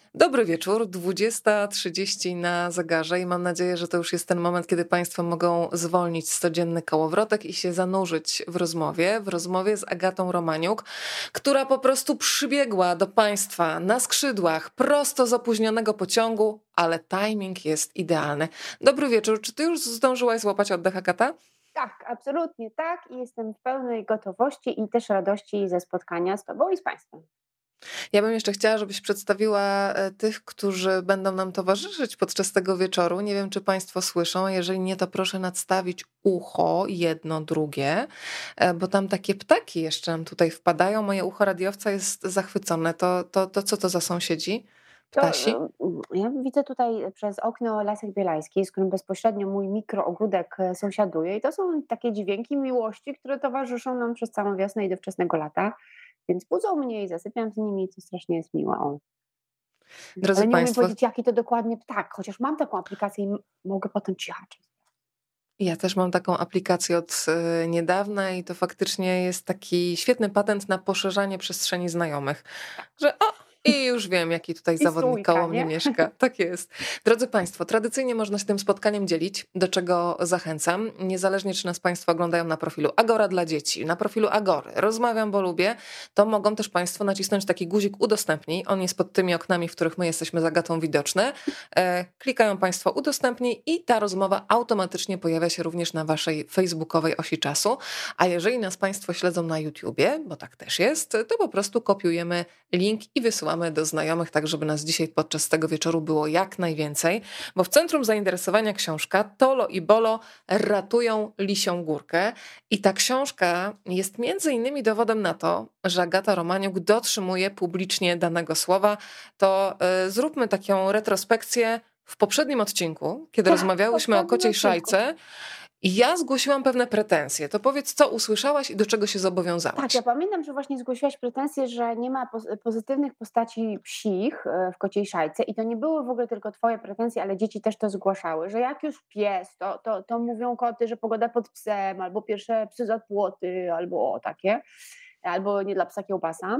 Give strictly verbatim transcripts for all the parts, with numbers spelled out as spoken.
Dobry wieczór, dwudziesta trzydzieści na zegarze i mam nadzieję, że to już jest ten moment, kiedy Państwo mogą zwolnić stodzienny kołowrotek i się zanurzyć w rozmowie, w rozmowie z Agatą Romaniuk, która po prostu przybiegła do Państwa na skrzydłach prosto z opóźnionego pociągu, ale timing jest idealny. Dobry wieczór, czy Ty już zdążyłaś złapać oddech, Agata? Tak, absolutnie tak i jestem w pełnej gotowości i też radości ze spotkania z Tobą i z Państwem. Ja bym jeszcze chciała, żebyś przedstawiła tych, którzy będą nam towarzyszyć podczas tego wieczoru. Nie wiem, czy Państwo słyszą, a jeżeli nie, to proszę nadstawić ucho jedno, drugie, bo tam takie ptaki jeszcze nam tutaj wpadają. Moje ucho radiowca jest zachwycone. To, to, to co to za sąsiedzi? Ptasi? To, ja widzę tutaj przez okno Lasek Bielański, z którym bezpośrednio mój mikroogródek sąsiaduje i to są takie dźwięki miłości, które towarzyszą nam przez całą wiosnę i do wczesnego lata, więc budzą mnie i zasypiam z nimi, co strasznie jest miłe. O. Drodzy Ale nie Państwo, umiem powiedzieć, jaki to dokładnie ptak, chociaż mam taką aplikację i mogę potem cichaczyć. ja też mam taką aplikację od niedawna i to faktycznie jest taki świetny patent na poszerzanie przestrzeni znajomych, że o, i już wiem, jaki tutaj I zawodnik sójka, koło mnie nie? mieszka. Tak jest. Drodzy Państwo, tradycyjnie można się tym spotkaniem dzielić, do czego zachęcam. Niezależnie, czy nas Państwo oglądają na profilu Agora dla dzieci, na profilu Agory, Rozmawiam, bo lubię, to mogą też Państwo nacisnąć taki guzik udostępnij. On jest pod tymi oknami, w których my jesteśmy z Agatą widoczne. E, klikają Państwo udostępnij i ta rozmowa automatycznie pojawia się również na Waszej facebookowej osi czasu. A jeżeli nas Państwo śledzą na YouTubie, bo tak też jest, to po prostu kopiujemy link i wysyłamy do znajomych, tak żeby nas dzisiaj podczas tego wieczoru było jak najwięcej, bo w centrum zainteresowania książka Tolo i Bolo ratują Lisią Górkę i ta książka jest między innymi dowodem na to, że Agata Romaniuk dotrzymuje publicznie danego słowa. To y, zróbmy taką retrospekcję w poprzednim odcinku, kiedy Tak, rozmawiałyśmy o kociej odcinku. szajce. I ja zgłosiłam pewne pretensje. To powiedz, co usłyszałaś i do czego się zobowiązałaś? Tak, ja pamiętam, że właśnie zgłosiłaś pretensje, że nie ma poz- pozytywnych postaci psich e, w Kociej Szajce i to nie były w ogóle tylko twoje pretensje, ale dzieci też to zgłaszały, że jak już pies, to, to, to mówią koty, że pogoda pod psem, albo pierwsze psy za płoty, albo o takie, albo nie dla psa kiełbasa.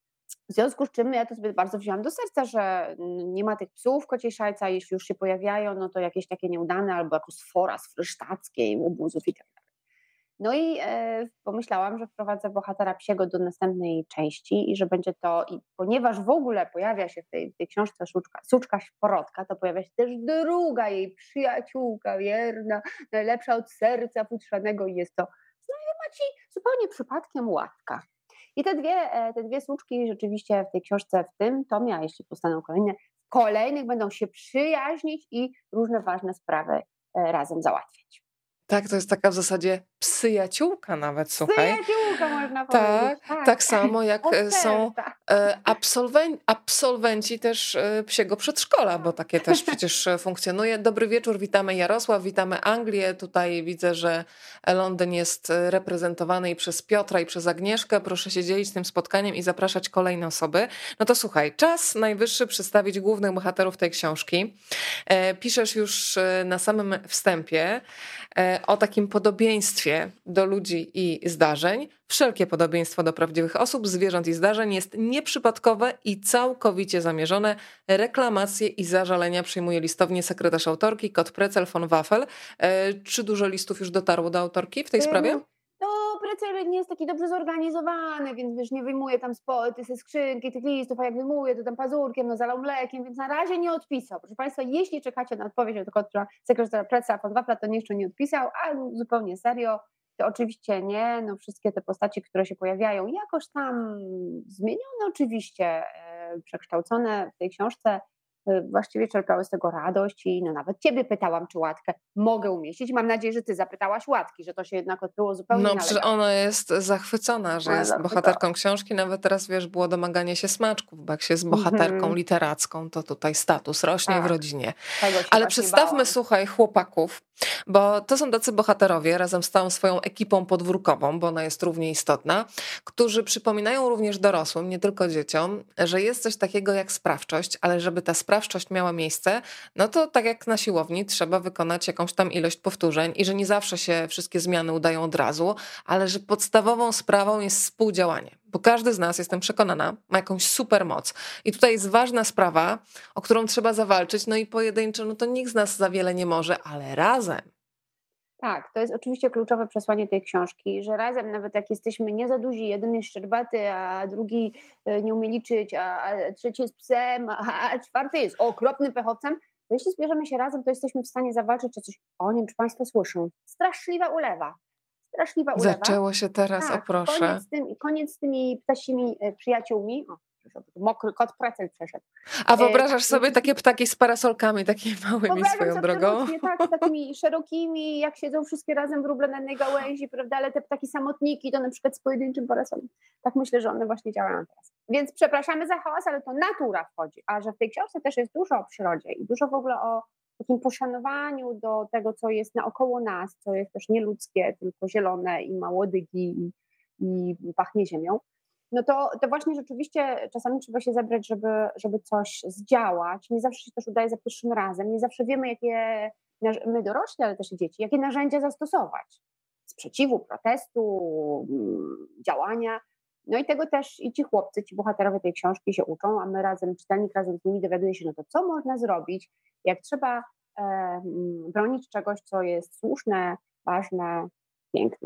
W związku z czym ja to sobie bardzo wzięłam do serca, że nie ma tych psów w Kociej Szajce, a jeśli już się pojawiają, no to jakieś takie nieudane, albo jako sfora z frysztackiej, łobuzów i tak dalej. No i e, pomyślałam, że wprowadzę bohatera psiego do następnej części i że będzie to, i ponieważ w ogóle pojawia się w tej, w tej książce Suczka, Suczka Śporodka, to pojawia się też druga jej przyjaciółka wierna, najlepsza od serca futrzanego i jest to znajoma ci zupełnie przypadkiem Łatka. I te dwie, e, te dwie suczki rzeczywiście w tej książce, w tym tomie, a jeśli powstaną kolejne, kolejnych będą się przyjaźnić i różne ważne sprawy e, razem załatwiać. Tak, to jest taka w zasadzie psyjaciółka nawet, słuchaj. Psyjaciółka można Tak, powiedzieć. Tak, tak samo jak Od e, są serca. e, absolwen- absolwenci też e, psiego przedszkola, bo takie też przecież e, funkcjonuje. Dobry wieczór, witamy Jarosław, witamy Anglię. Tutaj widzę, że Londyn jest e, reprezentowany i przez Piotra i przez Agnieszkę. Proszę się dzielić tym spotkaniem i zapraszać kolejne osoby. No to słuchaj, czas najwyższy przedstawić głównych bohaterów tej książki. E, piszesz już e, na samym wstępie e, o takim podobieństwie do ludzi i zdarzeń. Wszelkie podobieństwo do prawdziwych osób, zwierząt i zdarzeń jest nieprzypadkowe i całkowicie zamierzone. Reklamacje i zażalenia przyjmuje listownie sekretarz autorki Kot Precel von Wafel. E, czy dużo listów już dotarło do autorki w tej sprawie? No, Precel nie jest taki dobrze zorganizowany, więc wiesz, nie wyjmuje tam spo, te skrzynki tych listów, a jak wyjmuje, to tam pazurkiem, no zalał mlekiem, więc na razie nie odpisał. Proszę Państwa, jeśli czekacie na odpowiedź od kota sekretarza Precla von Wafla, to nie jeszcze nie odpisał, a zupełnie serio, to oczywiście nie, no wszystkie te postaci, które się pojawiają, jakoś tam zmienione oczywiście, e, przekształcone w tej książce, właściwie czerpały z tego radość i no nawet ciebie pytałam, czy Łatkę mogę umieścić. Mam nadzieję, że ty zapytałaś Łatki, że to się jednak odbyło zupełnie No przecież ona jest zachwycona, że Ona jest zachwycona. bohaterką książki. Nawet teraz, wiesz, było domaganie się smaczków, bo jak się jest bohaterką Mhm. literacką, to tutaj status rośnie Tak. w rodzinie. Tego się Ale właśnie przedstawmy, bałam. słuchaj, chłopaków, bo to są tacy bohaterowie razem z całą swoją ekipą podwórkową, bo ona jest równie istotna, którzy przypominają również dorosłym, nie tylko dzieciom, że jest coś takiego jak sprawczość, ale żeby ta sprawczość miała miejsce, no to tak jak na siłowni trzeba wykonać jakąś tam ilość powtórzeń i że nie zawsze się wszystkie zmiany udają od razu, ale że podstawową sprawą jest współdziałanie. Bo każdy z nas, jestem przekonana, ma jakąś super moc. I tutaj jest ważna sprawa, o którą trzeba zawalczyć, no i pojedynczo, no to nikt z nas za wiele nie może, ale razem. Tak, to jest oczywiście kluczowe przesłanie tej książki, że razem, nawet jak jesteśmy nie za duzi, jeden jest szczerbaty, a drugi nie umie liczyć, a, a trzeci jest psem, a, a czwarty jest okropnym pechowcem, to jeśli zbierzemy się razem, to jesteśmy w stanie zawalczyć o coś. O, nie wiem, czy Państwo słyszą. Straszliwa ulewa. Straszliwa ulewa. Zaczęło się teraz, tak, o proszę. Koniec z, tym, koniec z tymi ptasimi przyjaciółmi. O, mokry kot precel przeszedł. A wyobrażasz sobie takie ptaki z parasolkami, takimi małymi swoją drogą? Tak, z takimi szerokimi, jak siedzą wszystkie razem wróble na jednej gałęzi, prawda, ale te ptaki samotniki to na przykład z pojedynczym parasolem. Tak myślę, że one właśnie działają teraz. Więc przepraszamy za hałas, ale to natura wchodzi, a że w tej książce też jest dużo o przyrodzie i dużo w ogóle o takim poszanowaniu do tego, co jest naokoło nas, co jest też nieludzkie, tylko zielone i ma łodygi i, i pachnie ziemią. No to, to właśnie rzeczywiście czasami trzeba się zebrać, żeby, żeby coś zdziałać. Nie zawsze się też udaje za pierwszym razem, nie zawsze wiemy, jakie my dorośli, ale też i dzieci, jakie narzędzia zastosować. Sprzeciwu, protestu, działania. No i tego też i ci chłopcy, ci bohaterowie tej książki się uczą, a my razem, czytelnik razem z nimi dowiaduje się, no to co można zrobić, jak trzeba e, bronić czegoś, co jest słuszne, ważne, piękne.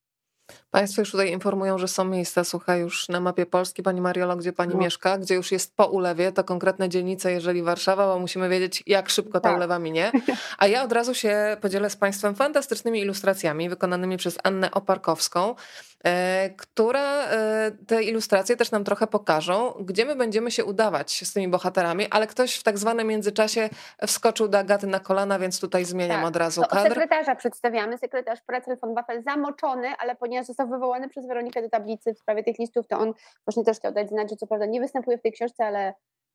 Państwo już tutaj informują, że są miejsca, słuchaj, już na mapie Polski, Pani Mariolo, gdzie Pani no. mieszka, gdzie już jest po ulewie, to konkretne dzielnice, jeżeli Warszawa, bo musimy wiedzieć, jak szybko ta tak. ulewa minie. A ja od razu się podzielę z Państwem fantastycznymi ilustracjami wykonanymi przez Annę Oparkowską, e, która e, te ilustracje też nam trochę pokażą, gdzie my będziemy się udawać z tymi bohaterami, ale ktoś w tak zwanym międzyczasie wskoczył do Agaty na kolana, więc tutaj zmieniam tak. od razu to kadr. Sekretarza przedstawiamy, sekretarz Precel von Waffel zamoczony, ale ponieważ został wywołany przez Weronikę do tablicy w sprawie tych listów, to on właśnie też chciał dać znać, że co prawda nie występuje w tej książce, ale,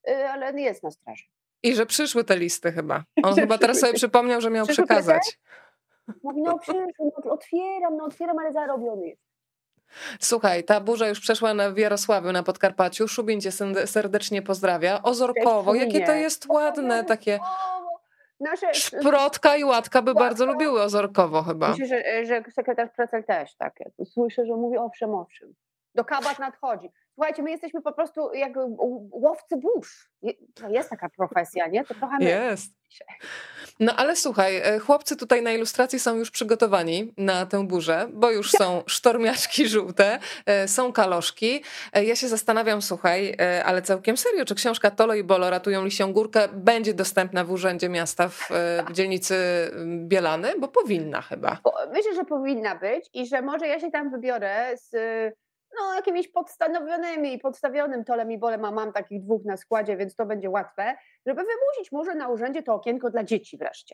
ale jest na straży. I że przyszły te listy chyba. On chyba teraz sobie przypomniał, że miał przyszły przekazać. Mówi, no przyszły, no otwieram, no otwieram, ale zarobiony jest. Słuchaj, ta burza już przeszła na Jarosławiu na Podkarpaciu. Szubin cię serdecznie pozdrawia. Ozorkowo, jakie to jest ładne, takie... Nasze... Szprotka i Łatka by Łatka. bardzo lubiły Ozorkowo chyba. Myślę, że, że sekretarz Precel też takie. Słyszę, że mówi owszem, owszem. Do Kabat nadchodzi. Słuchajcie, my jesteśmy po prostu jak łowcy burz. Jest taka profesja, nie? To trochę my. Jest. No ale słuchaj, chłopcy tutaj na ilustracji są już przygotowani na tę burzę, bo już są sztormiaczki żółte, są kaloszki. Ja się zastanawiam, słuchaj, ale całkiem serio, czy książka Tolo i Bolo ratują Lisią Górkę będzie dostępna w Urzędzie Miasta w, w dzielnicy Bielany? Bo powinna chyba. Myślę, że powinna być i że może ja się tam wybiorę z... no jakimiś podstawionymi, podstawionym Tolem i Bolem, a mam takich dwóch na składzie, więc to będzie łatwe, żeby wymusić może na urzędzie to okienko dla dzieci wreszcie.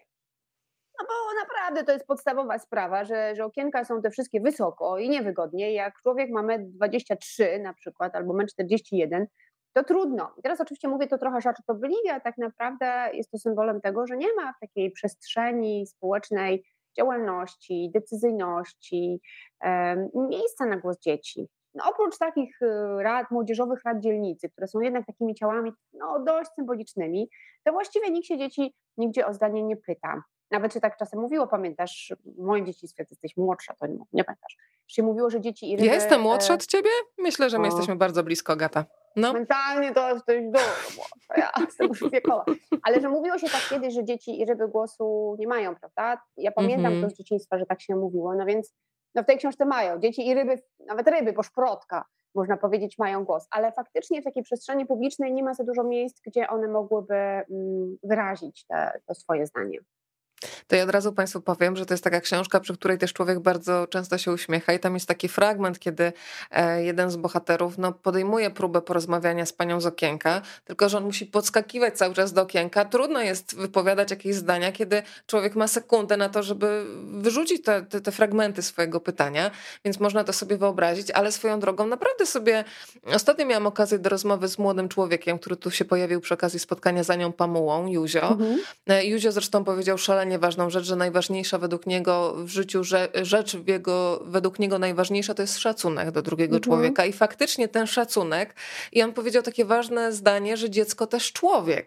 No bo naprawdę to jest podstawowa sprawa, że, że okienka są te wszystkie wysoko i niewygodnie. Jak człowiek ma metr dwadzieścia trzy na przykład albo metr czterdzieści jeden, to trudno. I teraz oczywiście mówię to trochę żartobliwie, a tak naprawdę jest to symbolem tego, że nie ma w takiej przestrzeni społecznej działalności, decyzyjności, e, miejsca na głos dzieci. No oprócz takich rad, młodzieżowych rad dzielnicy, które są jednak takimi ciałami no, dość symbolicznymi, to właściwie nikt się dzieci nigdzie o zdanie nie pyta. Nawet się tak czasem mówiło, pamiętasz, w moim dzieciństwie, ty jesteś młodsza, to nie, nie pamiętasz, się mówiło, że dzieci i ryby... Ja jestem młodsza od ciebie? Myślę, że my o. jesteśmy bardzo blisko, Agata. No. Mentalnie to jesteś dużo młodsza, ja jestem już wiekowa. Ale że mówiło się tak kiedyś, że dzieci i ryby głosu nie mają, prawda? Ja pamiętam mm-hmm. to z dzieciństwa, że tak się mówiło, no więc no w tej książce mają. Dzieci i ryby, nawet ryby, bo szprotka, można powiedzieć, mają głos. Ale faktycznie w takiej przestrzeni publicznej nie ma za dużo miejsc, gdzie one mogłyby mm, wyrazić te, to swoje zdanie. To ja od razu Państwu powiem, że to jest taka książka, przy której też człowiek bardzo często się uśmiecha i tam jest taki fragment, kiedy jeden z bohaterów no, podejmuje próbę porozmawiania z panią z okienka, tylko że on musi podskakiwać cały czas do okienka. Trudno jest wypowiadać jakieś zdania, kiedy człowiek ma sekundę na to, żeby wyrzucić te, te, te fragmenty swojego pytania, więc można to sobie wyobrazić, ale swoją drogą naprawdę sobie... Ostatnio miałam okazję do rozmowy z młodym człowiekiem, który tu się pojawił przy okazji spotkania z Anią Pamułą, Józio. Mhm. Józio zresztą powiedział szalenie ważną rzecz, że najważniejsza według niego w życiu, że rzecz w jego, według niego najważniejsza to jest szacunek do drugiego mhm. człowieka i faktycznie ten szacunek i on powiedział takie ważne zdanie, że dziecko też człowiek,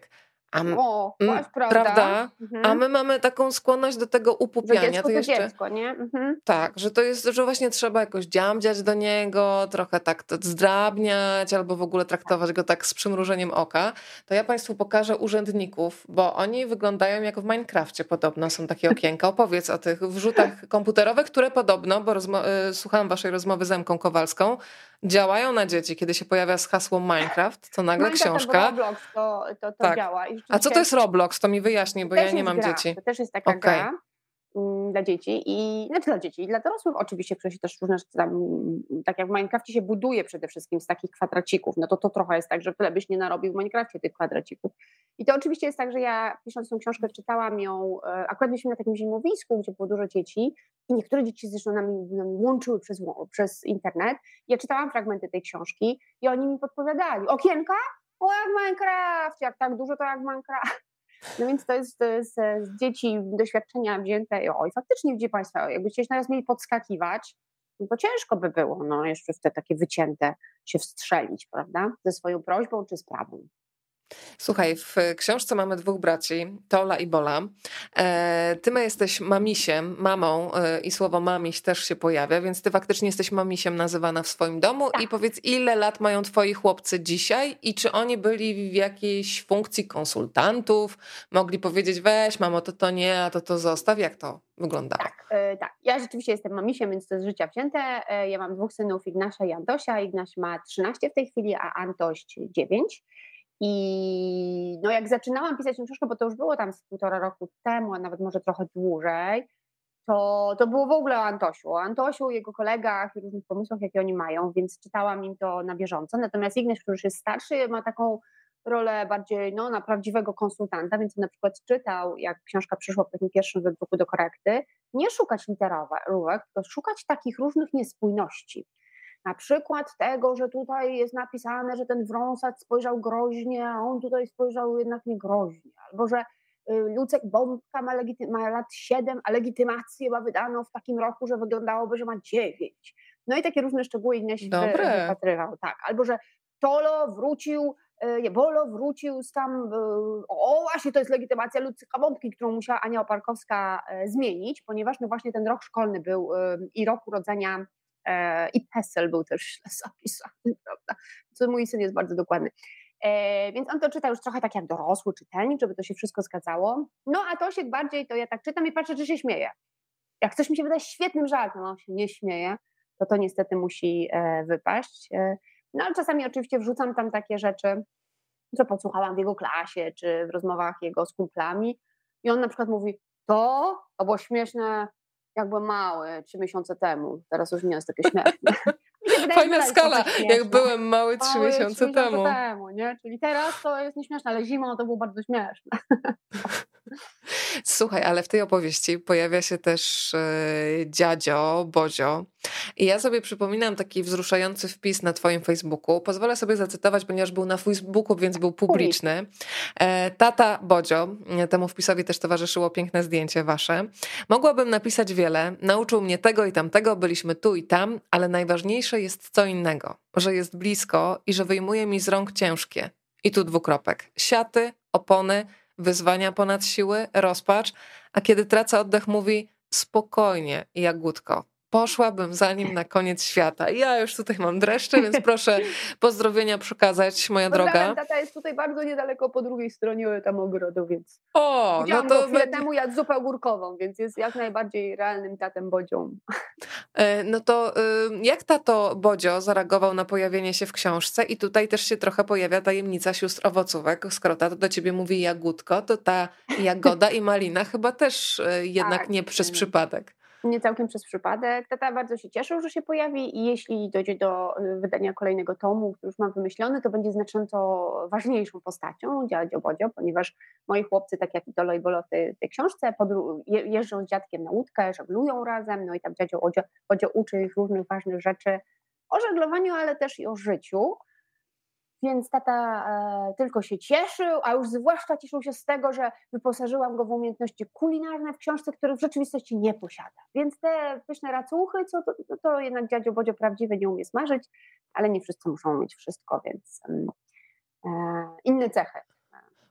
A m O, mm, masz prawda? prawda? A Mhm. my mamy taką skłonność do tego Że upupiania. dziecko To to jeszcze dziecko, nie? Mhm. tak, że to jest, że właśnie trzeba jakoś dziamdziać do niego, trochę tak to zdrabniać albo w ogóle traktować go tak z przymrużeniem oka. To ja państwu pokażę urzędników, bo oni wyglądają jak w Minecrafcie podobno, są takie okienka. Opowiedz o tych wrzutach komputerowych, które podobno, bo rozmo- y, słuchałam waszej rozmowy z Emką Kowalską, działają na dzieci. Kiedy się pojawia z hasło Minecraft, to nagle Minecraft albo książka. Roblox to, to, to Tak. działa i A co to rzeczywiście jest Roblox? To mi wyjaśnij, to bo ja też nie jest mam gra, dzieci. to też jest taka Okej. gra mm, dla dzieci i znaczy dla dzieci i dla dorosłych oczywiście, które się też różne rzeczy tam, mm, tak jak w Minecrafcie się buduje przede wszystkim z takich kwadracików, no to to trochę jest tak, że tyle byś nie narobił w Minecrafcie tych kwadracików. I to oczywiście jest tak, że ja pisząc tą książkę czytałam ją, e, akurat byliśmy na takim zimowisku, gdzie było dużo dzieci i niektóre dzieci zresztą nami, nami łączyły przez, łą- przez internet. Ja czytałam fragmenty tej książki i oni mi podpowiadali, okienka? O, jak w Minecrafcie, jak tak dużo, to jak w Minecraft. No więc to jest, to jest e, z dzieci doświadczenia wzięte. i Oj, faktycznie, widzi Państwo, jakbyście teraz mieli podskakiwać, no to ciężko by było, no jeszcze w te takie wycięte się wstrzelić, prawda? Ze swoją prośbą czy sprawą. Słuchaj, w książce mamy dwóch braci, Tola i Bola. E, ty my jesteś mamisiem, mamą e, i słowo mamiś też się pojawia, więc ty faktycznie jesteś mamisiem nazywana w swoim domu. I Tak. powiedz, ile lat mają twoi chłopcy dzisiaj i czy oni byli w jakiejś funkcji konsultantów? Mogli powiedzieć, weź mamo, to to nie, a to to zostaw. Jak to wyglądało? Tak, e, tak. Ja rzeczywiście jestem mamisiem, więc to z życia wzięte. E, Ja mam dwóch synów, Ignasia i Antosia. Ignaś ma trzynaście w tej chwili, a Antoś dziewięć. I no jak zaczynałam pisać tę książkę, bo to już było tam z półtora roku temu, a nawet może trochę dłużej, to, to było w ogóle o Antosiu, o Antosiu, jego kolegach i różnych pomysłach, jakie oni mają, więc czytałam im to na bieżąco. Natomiast Ignaś, który już jest starszy, ma taką rolę bardziej no, na prawdziwego konsultanta, więc on na przykład czytał, jak książka przyszła po takim pierwszym wydruku do korekty, nie szukać literówek, tylko szukać takich różnych niespójności. Na przykład tego, że tutaj jest napisane, że ten wąsacz spojrzał groźnie, a on tutaj spojrzał jednak niegroźnie. Albo że y, Lucek Bombka ma, legity- ma lat siedem, a legitymację ma wydaną w takim roku, że wyglądałoby, że ma dziewięć. No i takie różne szczegóły Ignaś wy, Dobre. wypatrywał. Tak. Albo że Tolo wrócił, y, nie, Bolo wrócił z tam, y, o właśnie to jest legitymacja Lucka Bombki, którą musiała Ania Oparkowska y, zmienić, ponieważ no właśnie ten rok szkolny był y, i rok urodzenia e, i PESEL był też źle zapisany, prawda? Co mój syn jest bardzo dokładny. E, więc on to czyta już trochę tak jak dorosły czytelnik, żeby to się wszystko zgadzało. No a Tosiek bardziej, to ja tak czytam i patrzę, czy się śmieje. Jak coś mi się wydaje świetnym żartem, a on się nie śmieje, to to niestety musi e, wypaść. E, no ale czasami oczywiście wrzucam tam takie rzeczy, co podsłuchałam w jego klasie, czy w rozmowach jego z kumplami i on na przykład mówi, to, to było śmieszne, jak byłem mały, trzy miesiące temu, teraz już nie jest takie śmieszne. Mi się wydaje, że Fajna nadal jest skala, trochę jak śmieszne. byłem mały trzy Mały trzy miesiące miesiące temu. temu, nie? Czyli teraz to jest nieśmieszne, ale zimą to było bardzo śmieszne. Słuchaj, ale w tej opowieści pojawia się też e, dziadzio, Bodzio. I ja sobie przypominam taki wzruszający wpis na twoim Facebooku. Pozwolę sobie zacytować, ponieważ był na Facebooku, więc był publiczny. E, Tata Bodzio, temu wpisowi też towarzyszyło piękne zdjęcie wasze. Mogłabym napisać wiele. Nauczył mnie tego i tamtego, byliśmy tu i tam, ale najważniejsze jest co innego. Że jest blisko i że wyjmuje mi z rąk ciężkie. I tu dwukropek. Siaty, opony, wyzwania ponad siły, rozpacz, a kiedy tracę oddech mówi spokojnie, Jagódko, poszłabym za nim na koniec świata. I ja już tutaj mam dreszcze, więc proszę pozdrowienia przekazać, moja Pozdrawiam, droga. tata jest tutaj bardzo niedaleko po drugiej stronie tam ogrodu, więc O, no widziałam go to chwilę będzie... temu, jadł zupę ogórkową, więc jest jak najbardziej realnym tatem Bodzią. E, No to y, jak tato Bodzio zareagował na pojawienie się w książce i tutaj też się trochę pojawia tajemnica sióstr owocówek, skoro tato do ciebie mówi Jagódko, to ta jagoda i malina chyba też y, jednak Tak, nie przez y, przypadek. nie całkiem przez przypadek. Tata bardzo się cieszył, że się pojawi i jeśli dojdzie do y, wydania kolejnego tomu, który już mam wymyślony, to będzie znacząco ważniejszą postacią dziadzio Bodzio, ponieważ moi chłopcy, tak jak i Tolo i Bolo w tej, tej książce, podru- je, jeżdżą z dziadkiem na łódkę, żeglują razem, no i tam dziadzio Bodzio, Bodzio uczy ich różnych ważnych rzeczy o żeglowaniu, ale też i o życiu. Więc tata e, tylko się cieszył, a już zwłaszcza cieszył się z tego, że wyposażyłam go w umiejętności kulinarne w książce, których w rzeczywistości nie posiada. Więc te pyszne racuchy, co to, to, to jednak dziadzio Bodzio prawdziwy nie umie smażyć, ale nie wszyscy muszą mieć wszystko, więc um, e, inne cechy.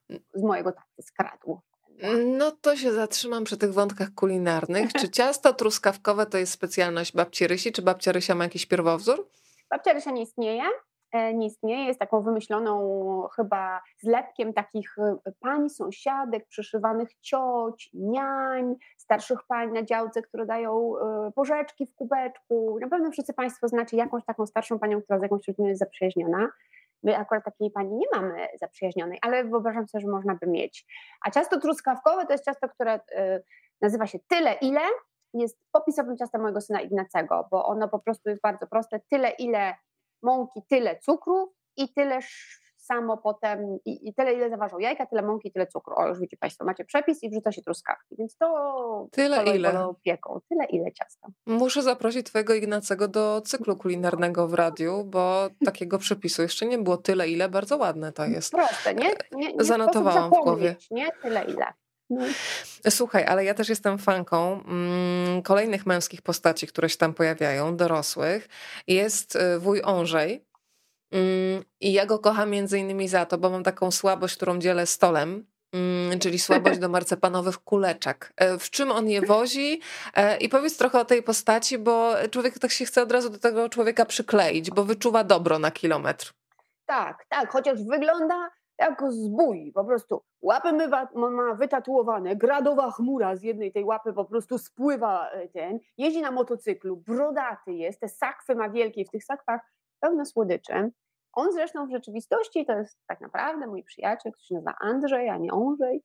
z mojego taty skradł. No to się zatrzymam przy tych wątkach kulinarnych. Czy ciasto truskawkowe to jest specjalność babci Rysi? Czy babcia Rysia ma jakiś pierwowzór? Babcia Rysia nie istnieje. Nie istnieje, jest taką wymyśloną chyba zlepkiem takich pań, sąsiadek, przyszywanych cioć, niań, starszych pań na działce, które dają porzeczki w kubeczku. Na pewno wszyscy Państwo znacie jakąś taką starszą panią, która z jakąś rodziną jest zaprzyjaźniona. My akurat takiej pani nie mamy zaprzyjaźnionej, ale wyobrażam sobie, że można by mieć. A ciasto truskawkowe to jest ciasto, które nazywa się tyle ile, jest popisowym ciastem mojego syna Ignacego, bo ono po prostu jest bardzo proste, tyle ile mąki, tyle cukru i tyle samo potem, i, i tyle ile zaważą jajka, tyle mąki, tyle cukru. O, już widzicie Państwo, macie przepis i wrzuca się truskawki, więc to tyle kolej, ile kolej pieką, tyle ile ciasta. Muszę zaprosić twojego Ignacego do cyklu kulinarnego w radiu, bo takiego przepisu jeszcze nie było. Tyle ile, bardzo ładne to jest. Proste, nie? nie, nie Zanotowałam w głowie. Nie, tyle ile. No. Słuchaj, ale ja też jestem fanką mm, kolejnych męskich postaci, które się tam pojawiają, dorosłych. Jest wuj Ondrzej mm, i ja go kocham między innymi za to, bo mam taką słabość, którą dzielę stolem, mm, czyli słabość do marcepanowych kuleczek. W czym on je wozi? I powiedz trochę o tej postaci, bo człowiek tak się chce od razu do tego człowieka przykleić, bo wyczuwa dobro na kilometr. Tak, tak, chociaż wygląda jak zbój, po prostu łapy ma wytatuowane, gradowa chmura z jednej tej łapy po prostu spływa ten, jeździ na motocyklu, brodaty jest, te sakwy ma wielkie, w tych sakwach pełno słodyczy. On zresztą w rzeczywistości to jest tak naprawdę mój przyjaciel, który się nazywa Andrzej, a nie Ondrzej,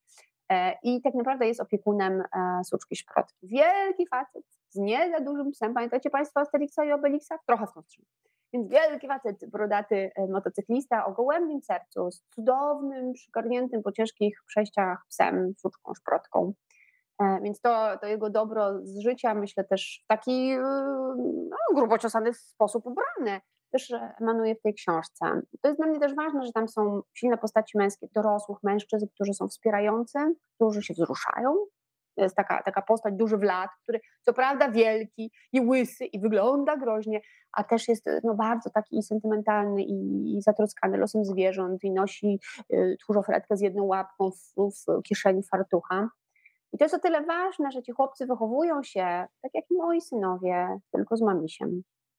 i tak naprawdę jest opiekunem suczki Szprotki. Wielki facet z nie za dużym psem, pamiętacie Państwo Asterixa i Obelixa? Trochę w tą stronę. Więc wielki facet, brodaty motocyklista o gołębim sercu, z cudownym, przygarniętym po ciężkich przejściach psem, suczką Szprotką. Więc to, to jego dobro z życia, myślę, też w taki no, grubo ciosany sposób ubrany, też emanuje w tej książce. To jest dla mnie też ważne, że tam są silne postaci męskie, dorosłych mężczyzn, którzy są wspierający, którzy się wzruszają. To jest taka, taka postać duży w lat, który co prawda wielki i łysy i wygląda groźnie, a też jest no, bardzo taki sentymentalny i, i zatroskany losem zwierząt i nosi y, tchórzofretkę z jedną łapką w, w kieszeni fartucha. I to jest o tyle ważne, że ci chłopcy wychowują się, tak jak i moi synowie, tylko z mamisiem.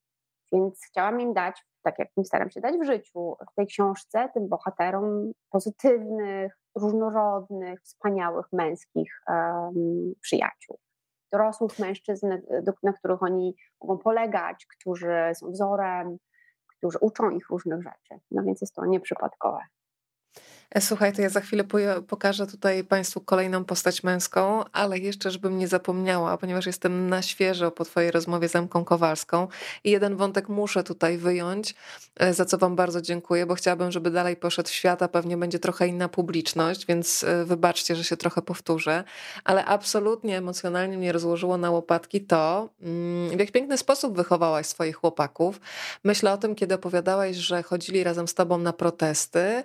Więc chciałam im dać, tak jak im staram się dać w życiu, w tej książce, tym bohaterom pozytywnych, różnorodnych, wspaniałych męskich um, przyjaciół. Dorosłych mężczyzn, do, na których oni mogą polegać, którzy są wzorem, którzy uczą ich różnych rzeczy. No więc jest to nieprzypadkowe. Słuchaj, to ja za chwilę pokażę tutaj Państwu kolejną postać męską, ale jeszcze, żebym nie zapomniała, ponieważ jestem na świeżo po Twojej rozmowie z Emką Kowalską i jeden wątek muszę tutaj wyjąć, za co Wam bardzo dziękuję, bo chciałabym, żeby dalej poszedł w świat, a pewnie będzie trochę inna publiczność, więc wybaczcie, że się trochę powtórzę, ale absolutnie emocjonalnie mnie rozłożyło na łopatki to, w jak piękny sposób wychowałaś swoich chłopaków. Myślę o tym, kiedy opowiadałaś, że chodzili razem z Tobą na protesty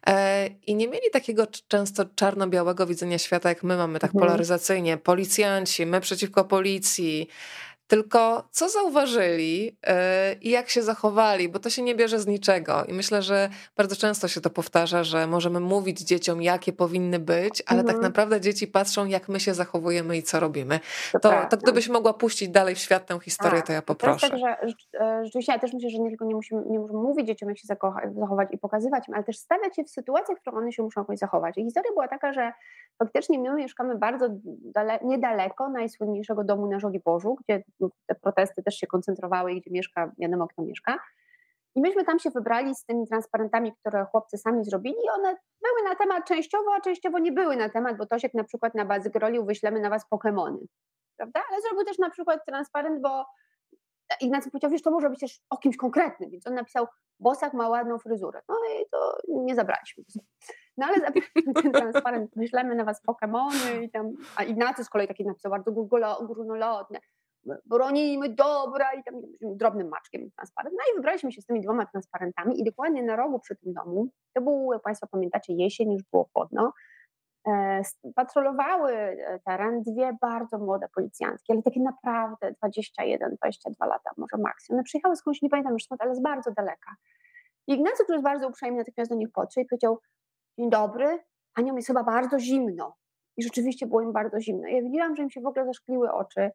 i nie mieli takiego często czarno-białego widzenia świata, jak my mamy, tak polaryzacyjnie. Policjanci, my przeciwko policji. Tylko co zauważyli yy, i jak się zachowali, bo to się nie bierze z niczego. I myślę, że bardzo często się to powtarza, że możemy mówić dzieciom, jakie powinny być, ale mhm. tak naprawdę dzieci patrzą, jak my się zachowujemy i co robimy. To, to, to gdybyś mogła puścić dalej w świat tę historię, A, to ja poproszę. To jest tak, że rzeczywiście ja też myślę, że nie tylko nie musimy, nie możemy mówić dzieciom, jak się zachować i pokazywać im, ale też stawiać się w sytuacjach, w których one się muszą jakoś zachować. I historia była taka, że faktycznie my mieszkamy bardzo dale, niedaleko najsłynniejszego domu na Żoliborzu, gdzie te protesty też się koncentrowały i gdzie mieszka, wiadomo kto mieszka. I myśmy tam się wybrali z tymi transparentami, które chłopcy sami zrobili i one były na temat częściowo, a częściowo nie były na temat, bo Tosiek na przykład na bazy grolił, wyślemy na was Pokemony, prawda? Ale zrobił też na przykład transparent, bo Ignacy powiedział, wiesz, to może być też o kimś konkretnym, więc on napisał, Bosak ma ładną fryzurę. No i to nie zabraliśmy. No ale ten transparent, wyślemy na was Pokemony i tam, a Ignacy z kolei taki napisał bardzo górnolotne, bronimy dobra i tam drobnym maczkiem transparent. No i wybraliśmy się z tymi dwoma transparentami i dokładnie na rogu przy tym domu, to był, jak Państwo pamiętacie, jesień, już było chłodno, e, patrolowały teren dwie bardzo młode policjantki, ale takie naprawdę dwadzieścia jeden dwadzieścia dwa lata, może maksimum. One przyjechały skądś, nie pamiętam już skąd, ale z bardzo daleka. I Ignacy, który jest bardzo uprzejmy, natychmiast do nich podszedł i powiedział, dzień dobry, Aniom jest chyba bardzo zimno. I rzeczywiście było im bardzo zimno. Ja widziałam, że im się w ogóle zaszkliły oczy,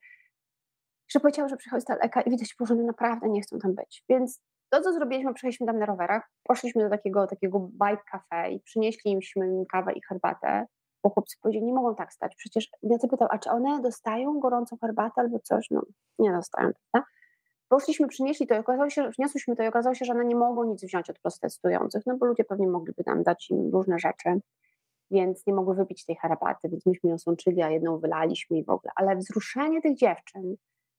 że powiedziały, że przychodzi z daleka i widać, że one naprawdę nie chcą tam być. Więc to, co zrobiliśmy, przejechaliśmy tam na rowerach, poszliśmy do takiego, takiego bike cafe i przynieśliśmy im kawę i herbatę, bo chłopcy powiedzieli, nie mogą tak stać. Przecież ja zapytał, a czy one dostają gorącą herbatę albo coś? No, nie dostają, prawda? Poszliśmy, przynieśli to i okazało się, wniosłyśmy to i okazało się, że one nie mogą nic wziąć od protestujących, no bo ludzie pewnie mogliby nam dać im różne rzeczy, więc nie mogły wypić tej herbaty, więc myśmy ją sączyli, a jedną wylaliśmy i w ogóle. Ale wzruszenie tych dziewczyn,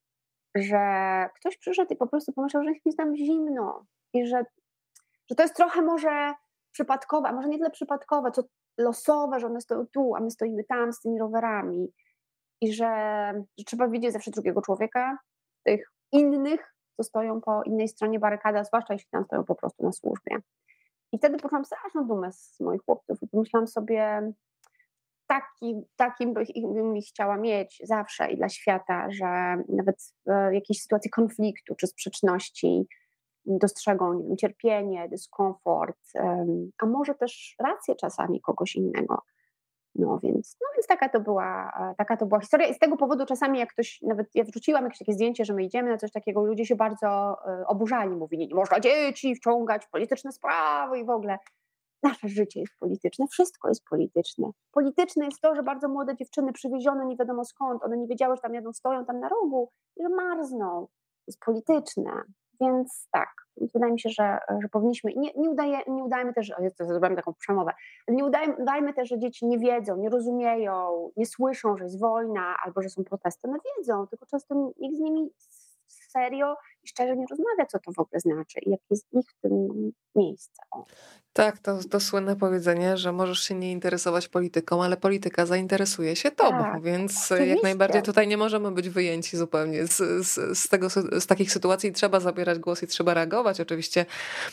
że ktoś przyszedł i po prostu pomyślał, że jest tam zimno i że, że to jest trochę może przypadkowe, a może nie tyle przypadkowe, co losowe, że one stoją tu, a my stoimy tam z tymi rowerami i że, że trzeba widzieć zawsze drugiego człowieka, tych innych, co stoją po innej stronie barykady, a zwłaszcza jeśli tam stoją po prostu na służbie. I wtedy poczułam straszną dumę z moich chłopców i pomyślałam sobie, taki, takim bym ich chciała mieć zawsze i dla świata, że nawet w jakiejś sytuacji konfliktu czy sprzeczności dostrzegą, nie wiem, cierpienie, dyskomfort, a może też rację czasami kogoś innego. No więc, no więc taka to była, taka to była historia i z tego powodu czasami jak ktoś, nawet ja wrzuciłam jakieś takie zdjęcie, że my idziemy na coś takiego, ludzie się bardzo oburzali, mówili, nie można dzieci wciągać w polityczne sprawy i w ogóle. Nasze życie jest polityczne, wszystko jest polityczne. Polityczne jest to, że bardzo młode dziewczyny przywiezione nie wiadomo skąd, one nie wiedziały, że tam jadą, stoją tam na rogu i że marzną. To jest polityczne. Więc tak, wydaje mi się, że, że powinniśmy, nie, nie, udaje, nie udajmy też, o Jezu, zrobiłem taką przemowę, nie udajmy, udajmy też, że dzieci nie wiedzą, nie rozumieją, nie słyszą, że jest wojna albo że są protesty. No wiedzą, tylko często nikt z nimi serio i szczerze nie rozmawia, co to w ogóle znaczy i jakie jest ich w tym miejsce. O. Tak, to, to słynne powiedzenie, że możesz się nie interesować polityką, ale polityka zainteresuje się tobą, Tak, więc oczywiście. jak najbardziej tutaj nie możemy być wyjęci zupełnie z, z, z, tego, z takich sytuacji. Trzeba zabierać głos i trzeba reagować. Oczywiście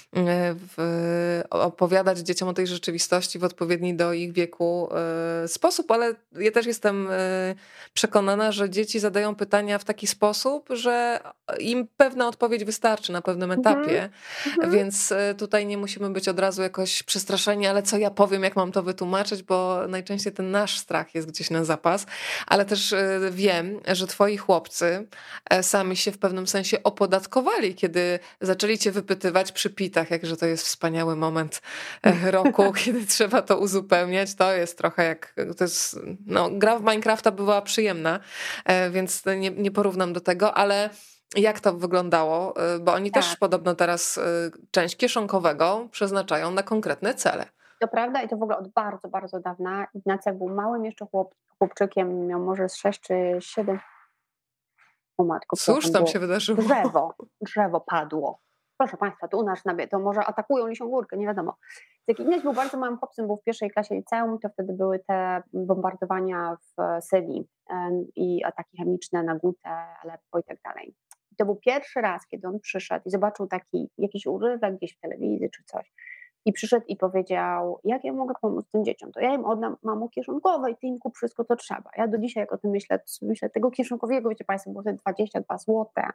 w, opowiadać dzieciom o tej rzeczywistości w odpowiedni do ich wieku sposób, ale ja też jestem przekonana, że dzieci zadają pytania w taki sposób, że im pewna odpowiedź wystarczy na pewnym etapie, Mhm. więc tutaj nie musimy być od razu jakoś przestraszeni, ale co ja powiem, jak mam to wytłumaczyć, bo najczęściej ten nasz strach jest gdzieś na zapas, ale też wiem, że twoi chłopcy sami się w pewnym sensie opodatkowali, kiedy zaczęli cię wypytywać przy pitach, jakże to jest wspaniały moment roku, kiedy trzeba to uzupełniać. To jest trochę jak, to jest, no, gra w Minecrafta była przyjemna, więc nie, nie porównam do tego, ale jak to wyglądało? Bo oni Tak. też podobno teraz część kieszonkowego przeznaczają na konkretne cele. To prawda i to w ogóle od bardzo, bardzo dawna. Ignacy był małym jeszcze chłop, chłopczykiem, miał może z sześć czy siedem. O matko, cóż tam się wydarzyło? Drzewo, drzewo padło. Proszę Państwa, tu u nas na to może atakują Lisią Górkę, nie wiadomo. Jak Ignacy był bardzo małym chłopcem, był w pierwszej klasie liceum, to wtedy były te bombardowania w Syrii i ataki chemiczne na Gutę, Aleppo i tak dalej. I to był pierwszy raz, kiedy on przyszedł i zobaczył taki jakiś urywek gdzieś w telewizji czy coś. I przyszedł i powiedział, jak ja mogę pomóc tym dzieciom, to ja im oddam mamo kieszonkowe i ty im kup wszystko, co trzeba. Ja do dzisiaj, jak o tym myślę, myślę tego kieszonkowego, wiecie Państwo, było wtedy dwadzieścia dwa złote.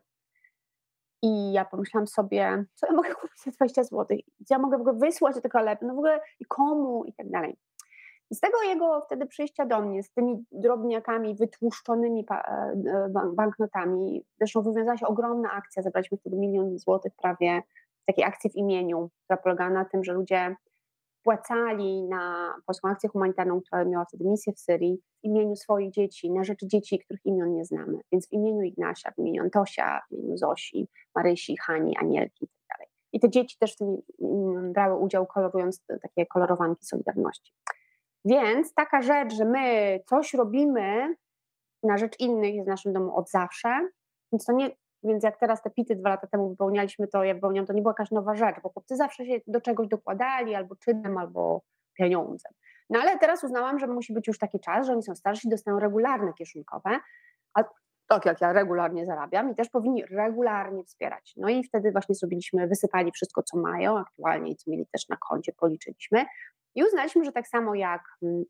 I ja pomyślałam sobie, co ja mogę kupić za dwadzieścia złotych? Co ja mogę w ogóle wysłać do tego lepiej, no w ogóle i komu i tak dalej. I z tego jego wtedy przyjścia do mnie, z tymi drobniakami, wytłuszczonymi banknotami, zresztą wywiązała się ogromna akcja, zebraliśmy wtedy milion złotych prawie, takiej akcji w imieniu, która polegała na tym, że ludzie płacali na polską akcję humanitarną, która miała wtedy misję w Syrii, w imieniu swoich dzieci, na rzecz dzieci, których imion nie znamy. Więc w imieniu Ignasia, w imieniu Antosia, w imieniu Zosi, Marysi, Hani, Anielki i tak dalej. I te dzieci też w tym brały udział, kolorując takie kolorowanki Solidarności. Więc taka rzecz, że my coś robimy na rzecz innych jest w naszym domu od zawsze, więc to nie... Więc jak teraz te pity dwa lata temu wypełnialiśmy, to ja wypełniam, to nie była jakaś nowa rzecz, bo chłopcy zawsze się do czegoś dokładali, albo czynem, albo pieniądzem. No ale teraz uznałam, że musi być już taki czas, że oni są starsi, dostają regularne kieszonkowe, a tak jak ja regularnie zarabiam i też powinni regularnie wspierać. No i wtedy właśnie zrobiliśmy, wysypali wszystko, co mają aktualnie i co mieli też na koncie, policzyliśmy i uznaliśmy, że tak samo jak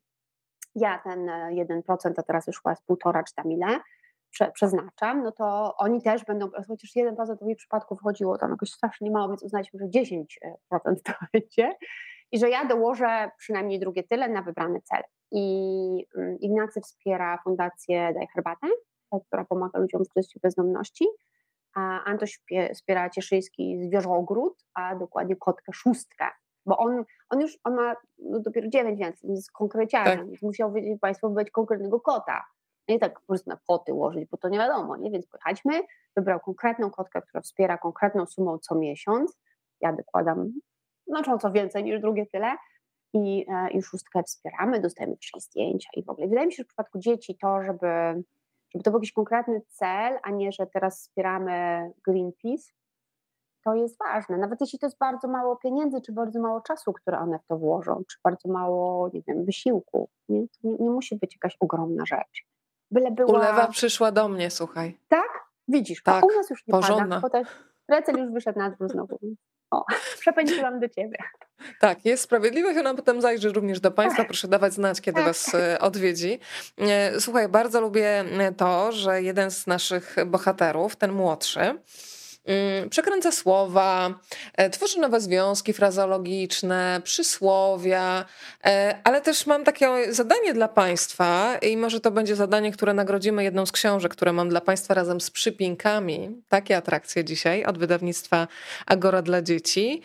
ja ten jeden procent, a teraz już chyba jest półtora czy tam ile, Prze, przeznaczam, no to oni też będą, chociaż jeden procent w ich przypadku wchodziło tam jakoś strasznie mało, więc uznaliśmy, że dziesięć procent to będzie I że ja dołożę przynajmniej drugie tyle na wybrany cel. I Ignacy wspiera fundację Daj Herbatę, która pomaga ludziom w kryzysie bezdomności, a Antoś wspiera Cieszyński Zwierzogród, a dokładnie Kotkę Szóstkę, bo on, on już on ma no, dopiero dziewięć, więc jest konkreciarzem, tak. Więc musiał wiedzieć Państwo wybrać konkretnego kota. Nie tak po prostu na koty łożyć, bo to nie wiadomo, nie? Więc pojechaliśmy, wybrał konkretną kotkę, która wspiera konkretną sumą co miesiąc. Ja dokładam znacząco więcej niż drugie tyle i, e, i szóstkę wspieramy, dostajemy trzy zdjęcia i w ogóle. Wydaje mi się, że w przypadku dzieci to, żeby, żeby to był jakiś konkretny cel, a nie, że teraz wspieramy Greenpeace, to jest ważne. Nawet jeśli to jest bardzo mało pieniędzy, czy bardzo mało czasu, które one w to włożą, czy bardzo mało, nie wiem, wysiłku. Nie, to nie, nie musi być jakaś ogromna rzecz. Byle była... Ulewa przyszła do mnie, słuchaj. Tak? Widzisz, tak, a u nas już nie porządna. pada, bo Recel już wyszedł na dwór znowu. O, przepędziłam do ciebie. Tak, jest sprawiedliwość, ona potem zajrzy również do Państwa. Proszę dawać znać, kiedy Was odwiedzi. Słuchaj, bardzo lubię to, że jeden z naszych bohaterów, ten młodszy, przekręca słowa, tworzy nowe związki frazeologiczne, przysłowia, ale też mam takie zadanie dla Państwa i może to będzie zadanie, które nagrodzimy jedną z książek, które mam dla Państwa razem z przypinkami. Takie atrakcje dzisiaj od wydawnictwa Agora dla dzieci.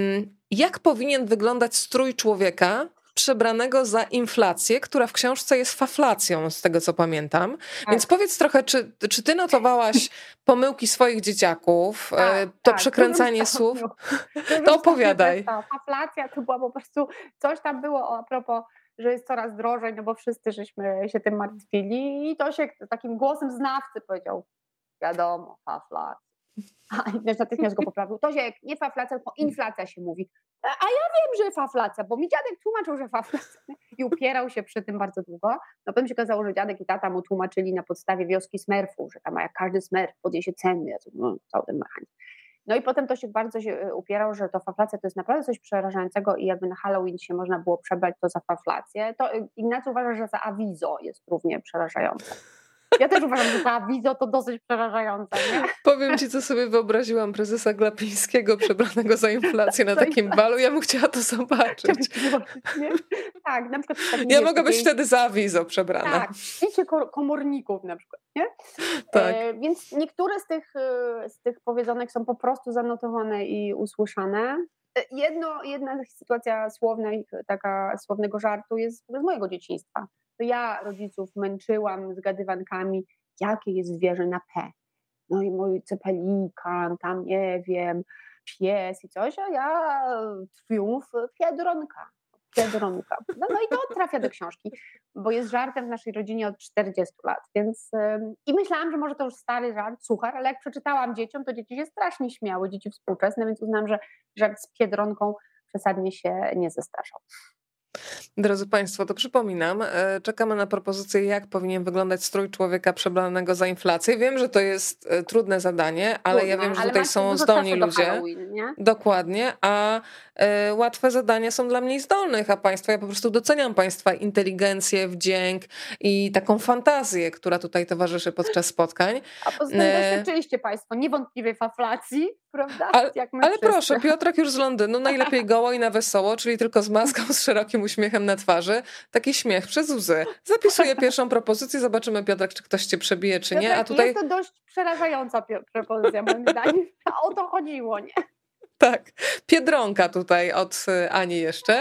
Jak powinien wyglądać strój człowieka przebranego za inflację, która w książce jest faflacją, z tego co pamiętam. Tak. Więc powiedz trochę, czy, czy ty notowałaś pomyłki swoich dzieciaków, tak, to tak, przekręcanie słów? To, to opowiadaj. Ta faflacja to była po prostu, coś tam było a propos, że jest coraz drożej, no bo wszyscy żeśmy się tym martwili i to się takim głosem znawcy powiedział, wiadomo, faflacja. A Ignacy natychmiast go poprawił. To się nie faflacja, tylko inflacja się mówi. A ja wiem, że faflacja, bo mi dziadek tłumaczył, że faflacja. I upierał się przy tym bardzo długo. No potem się okazało, że dziadek i tata mu tłumaczyli na podstawie wioski Smurfów, że tam jak każdy Smurf podniesie ceny, no, cały ten mechanizm. No i potem to się bardzo się upierał, że to faflacja to jest naprawdę coś przerażającego i jakby na Halloween się można było przebrać to za faflację. To Ignacy uważa, że za awizo jest równie przerażające. Ja też uważam, że ta awizo to dosyć przerażające, nie? Powiem ci, co sobie wyobraziłam prezesa Glapińskiego przebranego za inflację na takim balu. Ja bym chciała to zobaczyć. Tak, na przykład... Tak ja mogę być takiej... wtedy za awizo przebrana. Tak, wiecie komorników na przykład, nie? Tak. E, więc niektóre z tych, z tych powiedzonek są po prostu zanotowane i usłyszane. Jedno, jedna sytuacja słowna, taka słownego żartu jest z mojego dzieciństwa. To ja rodziców męczyłam zgadywankami, jakie jest zwierzę na P. No i mój pelikan, tam nie wiem, pies i coś, a ja triumf Biedronka. Biedronka. No, no i to trafia do książki, bo jest żartem w naszej rodzinie od czterdziestu lat, więc ym, i myślałam, że może to już stary żart, suchar, ale jak przeczytałam dzieciom, to dzieci się strasznie śmiały, dzieci współczesne, więc uznam, że żart z Biedronką przesadnie się nie zestarzał. Drodzy Państwo, to przypominam, czekamy na propozycję, jak powinien wyglądać strój człowieka przebranego za inflację. Wiem, że to jest trudne zadanie, ale Trudne, ja wiem, że tutaj są zdolni ludzie. Dokładnie, a y, łatwe zadania są dla mniej zdolnych, a Państwa, ja po prostu doceniam Państwa inteligencję, wdzięk i taką fantazję, która tutaj towarzyszy podczas spotkań. A poza tym doświadczyliście Państwo niewątpliwie faflacji, prawda? Ale, ale proszę, Piotrek już z Londynu, najlepiej goło i na wesoło, czyli tylko z maską, z szerokim uśmiechem na twarzy. Taki śmiech przez łzy. Zapisuję pierwszą propozycję, zobaczymy, Piotrek, czy ktoś cię przebije, czy nie. Piotrek, a tutaj... Jest to dość przerażająca propozycja, moim zdaniem. A o to chodziło, nie? Tak, Biedronka tutaj od Ani jeszcze.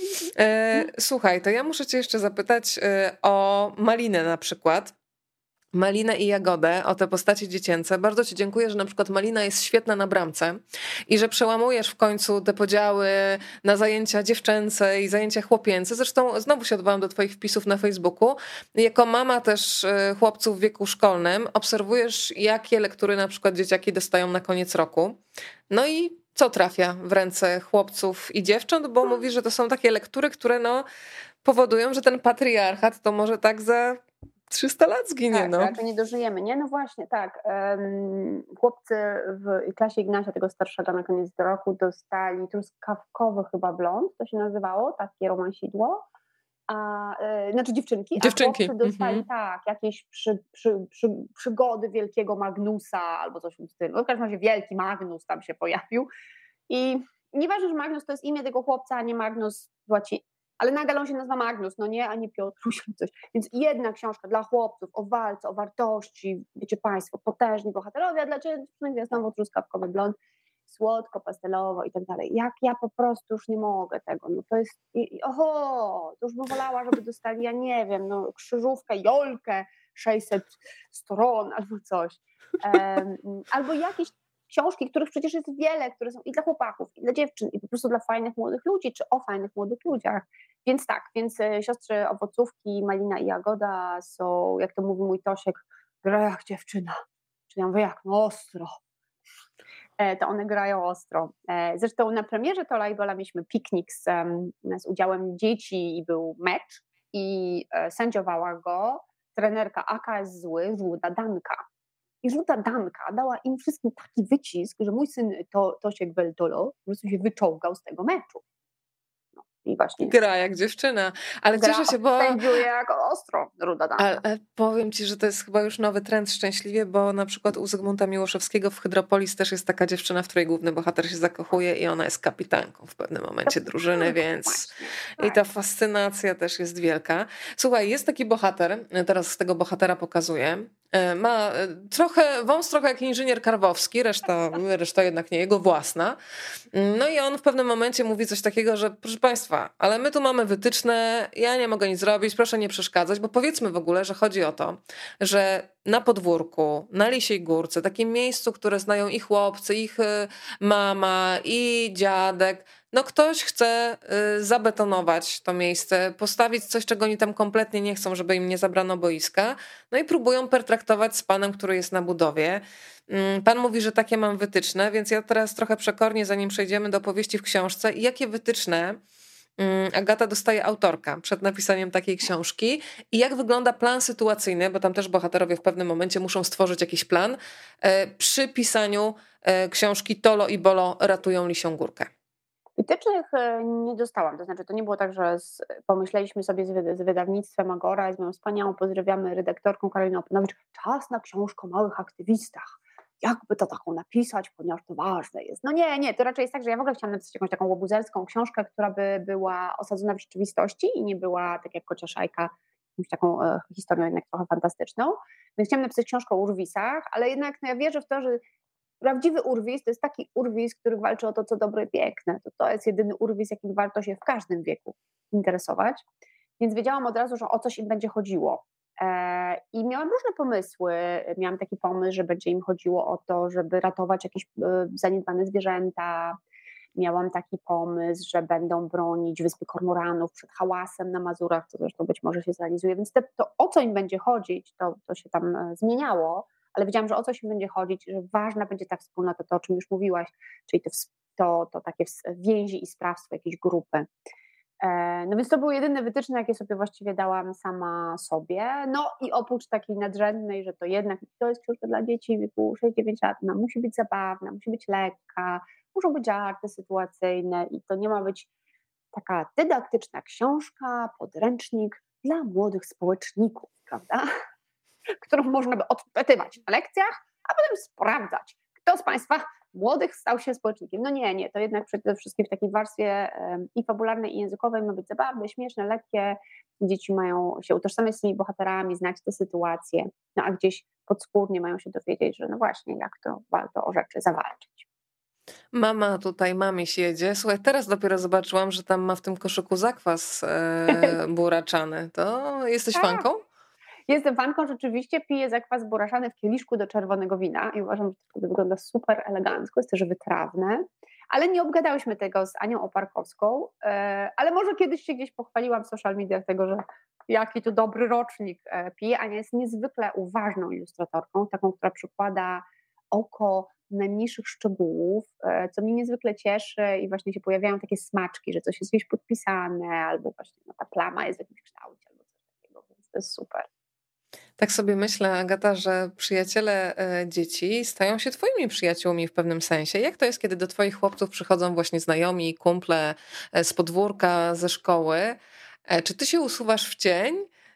E, słuchaj, to ja muszę cię jeszcze zapytać e, o Malinę na przykład. Malinę i Jagodę, o te postacie dziecięce. Bardzo ci dziękuję, że na przykład Malina jest świetna na bramce i że przełamujesz w końcu te podziały na zajęcia dziewczęce i zajęcia chłopięce. Zresztą znowu się odwołam do twoich wpisów na Facebooku. Jako mama też chłopców w wieku szkolnym obserwujesz, jakie lektury na przykład dzieciaki dostają na koniec roku. No i co trafia w ręce chłopców i dziewcząt, bo mówisz, że to są takie lektury, które no powodują, że ten patriarchat to może tak za trzysta lat zginie, tak, no. raczej nie dożyjemy, nie? No właśnie, tak. Um, chłopcy w klasie Ignacia, tego starszego na koniec roku, dostali truskawkowy chyba blond, to się nazywało, takie romansidło. A, e, znaczy dziewczynki, dziewczynki. A chłopcy dostali mm-hmm. tak, jakieś przy, przy, przy, przygody wielkiego Magnusa albo coś w tym stylu. W każdym razie wielki Magnus tam się pojawił. I nieważne, że Magnus to jest imię tego chłopca, a nie Magnus Łaci, ale nadal on się nazywa Magnus, no nie, a nie Piotruś coś. Więc jedna książka dla chłopców o walce, o wartości, wiecie państwo, potężni bohaterowie, a dla dziewczynek jest znowu truskawkowy blond, słodko, pastelowo i tak dalej. Jak ja po prostu już nie mogę tego, no to jest, i, i, oho, to już bym wolała, żeby dostali, ja nie wiem, no krzyżówkę, Jolkę, sześćset stron albo coś. Um, albo jakieś książki, których przecież jest wiele, które są i dla chłopaków, i dla dziewczyn, i po prostu dla fajnych młodych ludzi, czy o fajnych młodych ludziach. Więc tak, więc Siostry Owocówki, Malina i Jagoda są, jak to mówi mój Tosiek, gra jak dziewczyna. Czyli ja mówię, jak no ostro. To one grają ostro. Zresztą na premierze Tola i Bola mieliśmy piknik z, z udziałem dzieci i był mecz i sędziowała go trenerka A K S Zły, Żółta Danka. I Żółta Danka dała im wszystkim taki wycisk, że mój syn to, Tosiek Weltolo po prostu się wyczołgał z tego meczu. No, i właśnie gra jak dziewczyna, ale gra, cieszę się, bo sędziuje jak ostro Ruda Danka. Ale powiem ci, że to jest chyba już nowy trend szczęśliwie, bo na przykład u Zygmunta Miłoszewskiego w Hydropolis też jest taka dziewczyna, w której główny bohater się zakochuje i ona jest kapitanką w pewnym momencie drużyny, więc i ta fascynacja też jest wielka. Słuchaj, jest taki bohater, teraz z tego bohatera pokazuję, ma trochę, wąs trochę jak inżynier Karwowski, reszta, reszta jednak nie jego własna. No i on w pewnym momencie mówi coś takiego, że proszę państwa, ale my tu mamy wytyczne, ja nie mogę nic zrobić, proszę nie przeszkadzać, bo powiedzmy w ogóle, że chodzi o to, że na podwórku, na Lisiej Górce, takim miejscu, które znają i chłopcy, ich mama, i dziadek, no ktoś chce zabetonować to miejsce, postawić coś, czego oni tam kompletnie nie chcą, żeby im nie zabrano boiska, no i próbują pertraktować z panem, który jest na budowie. Pan mówi, że takie mam wytyczne, więc ja teraz trochę przekornie, zanim przejdziemy do powieści w książce, jakie wytyczne Agata dostaje autorka przed napisaniem takiej książki i jak wygląda plan sytuacyjny, bo tam też bohaterowie w pewnym momencie muszą stworzyć jakiś plan przy pisaniu książki Tolo i Bolo ratują Lisią Górkę. Wytycznych nie dostałam, to znaczy to nie było tak, że z, pomyśleliśmy sobie z, z wydawnictwem Agora, z moją wspaniałą, pozdrawiamy redaktorką Karoliną Oponowicz, czas na książkę o małych aktywistach. Jakby to taką napisać, ponieważ to ważne jest. No nie, nie, to raczej jest tak, że ja w ogóle chciałam napisać jakąś taką łobuzerską książkę, która by była osadzona w rzeczywistości i nie była, tak jak Kocia Szajka, jakąś taką e, historią jednak trochę fantastyczną. Więc chciałam napisać książkę o urwisach, ale jednak no, ja wierzę w to, że prawdziwy urwis to jest taki urwis, który walczy o to, co dobre i piękne. To, to jest jedyny urwis, jakim warto się w każdym wieku interesować. Więc wiedziałam od razu, że o coś im będzie chodziło. I miałam różne pomysły. Miałam taki pomysł, że będzie im chodziło o to, żeby ratować jakieś zaniedbane zwierzęta. Miałam taki pomysł, że będą bronić Wyspy Kormoranów przed hałasem na Mazurach, co zresztą być może się zrealizuje. Więc te, to o co im będzie chodzić, to, to się tam zmieniało, ale wiedziałam, że o coś im będzie chodzić, że ważna będzie ta wspólnota, to o czym już mówiłaś, czyli to, to, to takie więzi i sprawstwo jakiejś grupy. No więc to były jedyne wytyczne, jakie sobie właściwie dałam sama sobie. No i oprócz takiej nadrzędnej, że to jednak to jest książka dla dzieci w wieku sześć dziewięć lat, no, musi być zabawna, musi być lekka, muszą być żarty sytuacyjne i to nie ma być taka dydaktyczna książka, podręcznik dla młodych społeczników, prawda? Którą można by odpytywać na lekcjach, a potem sprawdzać, kto z Państwa młodych stał się społecznikiem. No nie, nie, to jednak przede wszystkim w takiej warstwie i fabularnej, i językowej ma być zabawne, śmieszne, lekkie. Dzieci mają się utożsamiać z tymi bohaterami, znać te sytuacje, no a gdzieś podskórnie mają się dowiedzieć, że no właśnie, jak to warto o rzeczy zawalczyć. Mama tutaj mamieś jedzie. Słuchaj, teraz dopiero zobaczyłam, że tam ma w tym koszyku zakwas e, buraczany. To jesteś tak. fanką? Jestem fanką, rzeczywiście piję zakwas buraszany w kieliszku do czerwonego wina i uważam, że to wygląda super elegancko, jest też wytrawne, ale nie obgadałyśmy tego z Anią Oparkowską, ale może kiedyś się gdzieś pochwaliłam w social mediach tego, że jaki to dobry rocznik pije. Ania jest niezwykle uważną ilustratorką, taką, która przykłada oko najmniejszych szczegółów, co mnie niezwykle cieszy i właśnie się pojawiają takie smaczki, że coś jest gdzieś podpisane albo właśnie no, ta plama jest w jakimś kształcie albo coś takiego, więc to jest super. Tak sobie myślę, Agata, że przyjaciele dzieci stają się twoimi przyjaciółmi w pewnym sensie. Jak to jest, kiedy do twoich chłopców przychodzą właśnie znajomi, kumple z podwórka, ze szkoły? Czy ty się usuwasz w cień?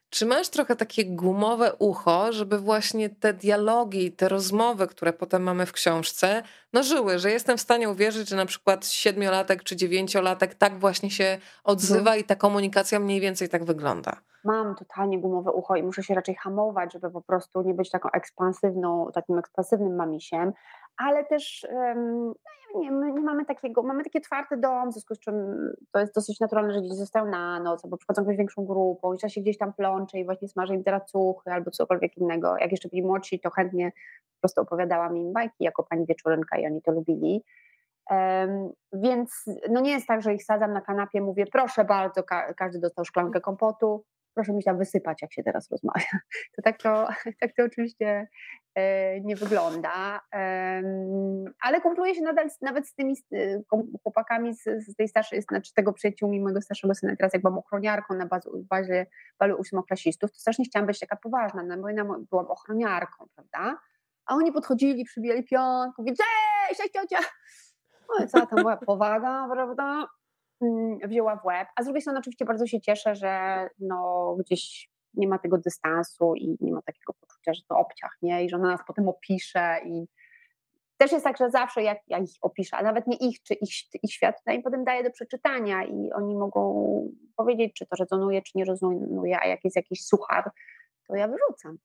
Czy masz trochę takie gumowe ucho, żeby właśnie te dialogi, te rozmowy, które potem mamy w książce, no żyły, że jestem w stanie uwierzyć, że na przykład siedmiolatek czy dziewięciolatek tak właśnie się Mhm. odzywa i ta komunikacja mniej więcej tak wygląda? Mam totalnie gumowe ucho i muszę się raczej hamować, żeby po prostu nie być taką ekspansywną, takim ekspansywnym mamisiem, ale też em, no nie, my nie mamy takiego, mamy taki otwarty dom, w związku z czym to jest dosyć naturalne, że dzieci zostają na noc, albo przychodzą jakąś większą grupą i trzeba się gdzieś tam plącze i właśnie smaży im teracuchy albo cokolwiek innego. Jak jeszcze byli młodsi, to chętnie po prostu opowiadałam im bajki jako pani wieczorynka i oni to lubili. Um, więc no nie jest tak, że ich sadzam na kanapie, mówię proszę bardzo, ka- każdy dostał szklankę kompotu, proszę mi się tam wysypać, jak się teraz rozmawia. To tak to, tak to oczywiście e, nie wygląda, um, ale kumpluję się nadal z, nawet z tymi z, chłopakami z, z tej starszej, znaczy tego przyjaciółmi mojego starszego syna. Teraz jak byłam ochroniarką na bazie, bazie balu ósmoklasistów, to strasznie chciałam być taka poważna, no bo ja byłam ochroniarką, prawda? A oni podchodzili, przybijali pionkę, mówię, cześć, cześć ciocia. No i cała ta moja powaga, prawda, wzięła w łeb. A z drugiej strony oczywiście bardzo się cieszę, że no gdzieś nie ma tego dystansu i nie ma takiego poczucia, że to obciach, nie? I że ona nas potem opisze i też jest tak, że zawsze jak ja ich opiszę, a nawet nie ich, czy ich, ich świat, to im potem daję do przeczytania i oni mogą powiedzieć, czy to rezonuje, czy nie rezonuje, a jak jest jakiś suchar, to ja wyrzucam.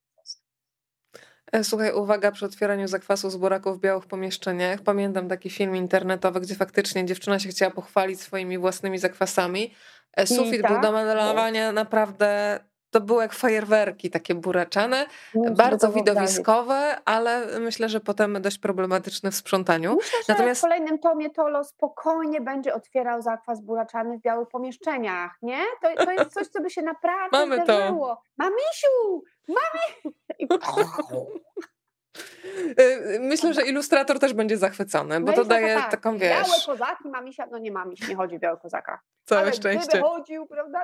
E, Słuchaj, uwaga przy otwieraniu zakwasu z buraków w białych pomieszczeniach. Pamiętam taki film internetowy, gdzie faktycznie dziewczyna się chciała pochwalić swoimi własnymi zakwasami. E, I Sufit był do tak, malowania naprawdę, to były jak fajerwerki takie buraczane, muszę sobie bardzo to wyobrazić. widowiskowe, ale myślę, że potem dość problematyczne w sprzątaniu. Myślę, że w Natomiast kolejnym tomie Tolo spokojnie będzie otwierał zakwas buraczany w białych pomieszczeniach, nie? To, to jest coś, co by się naprawdę mamy to. zdarzyło. Mamisiu! Mami! I... E, Myślę, że ilustrator też będzie zachwycony, bo No to i tak, daje tak. taką, Białe wiesz, kozaki, mamisia, no nie mamiś, nie chodzi o białych kozakach. całe Ale szczęście. gdyby chodził, prawda?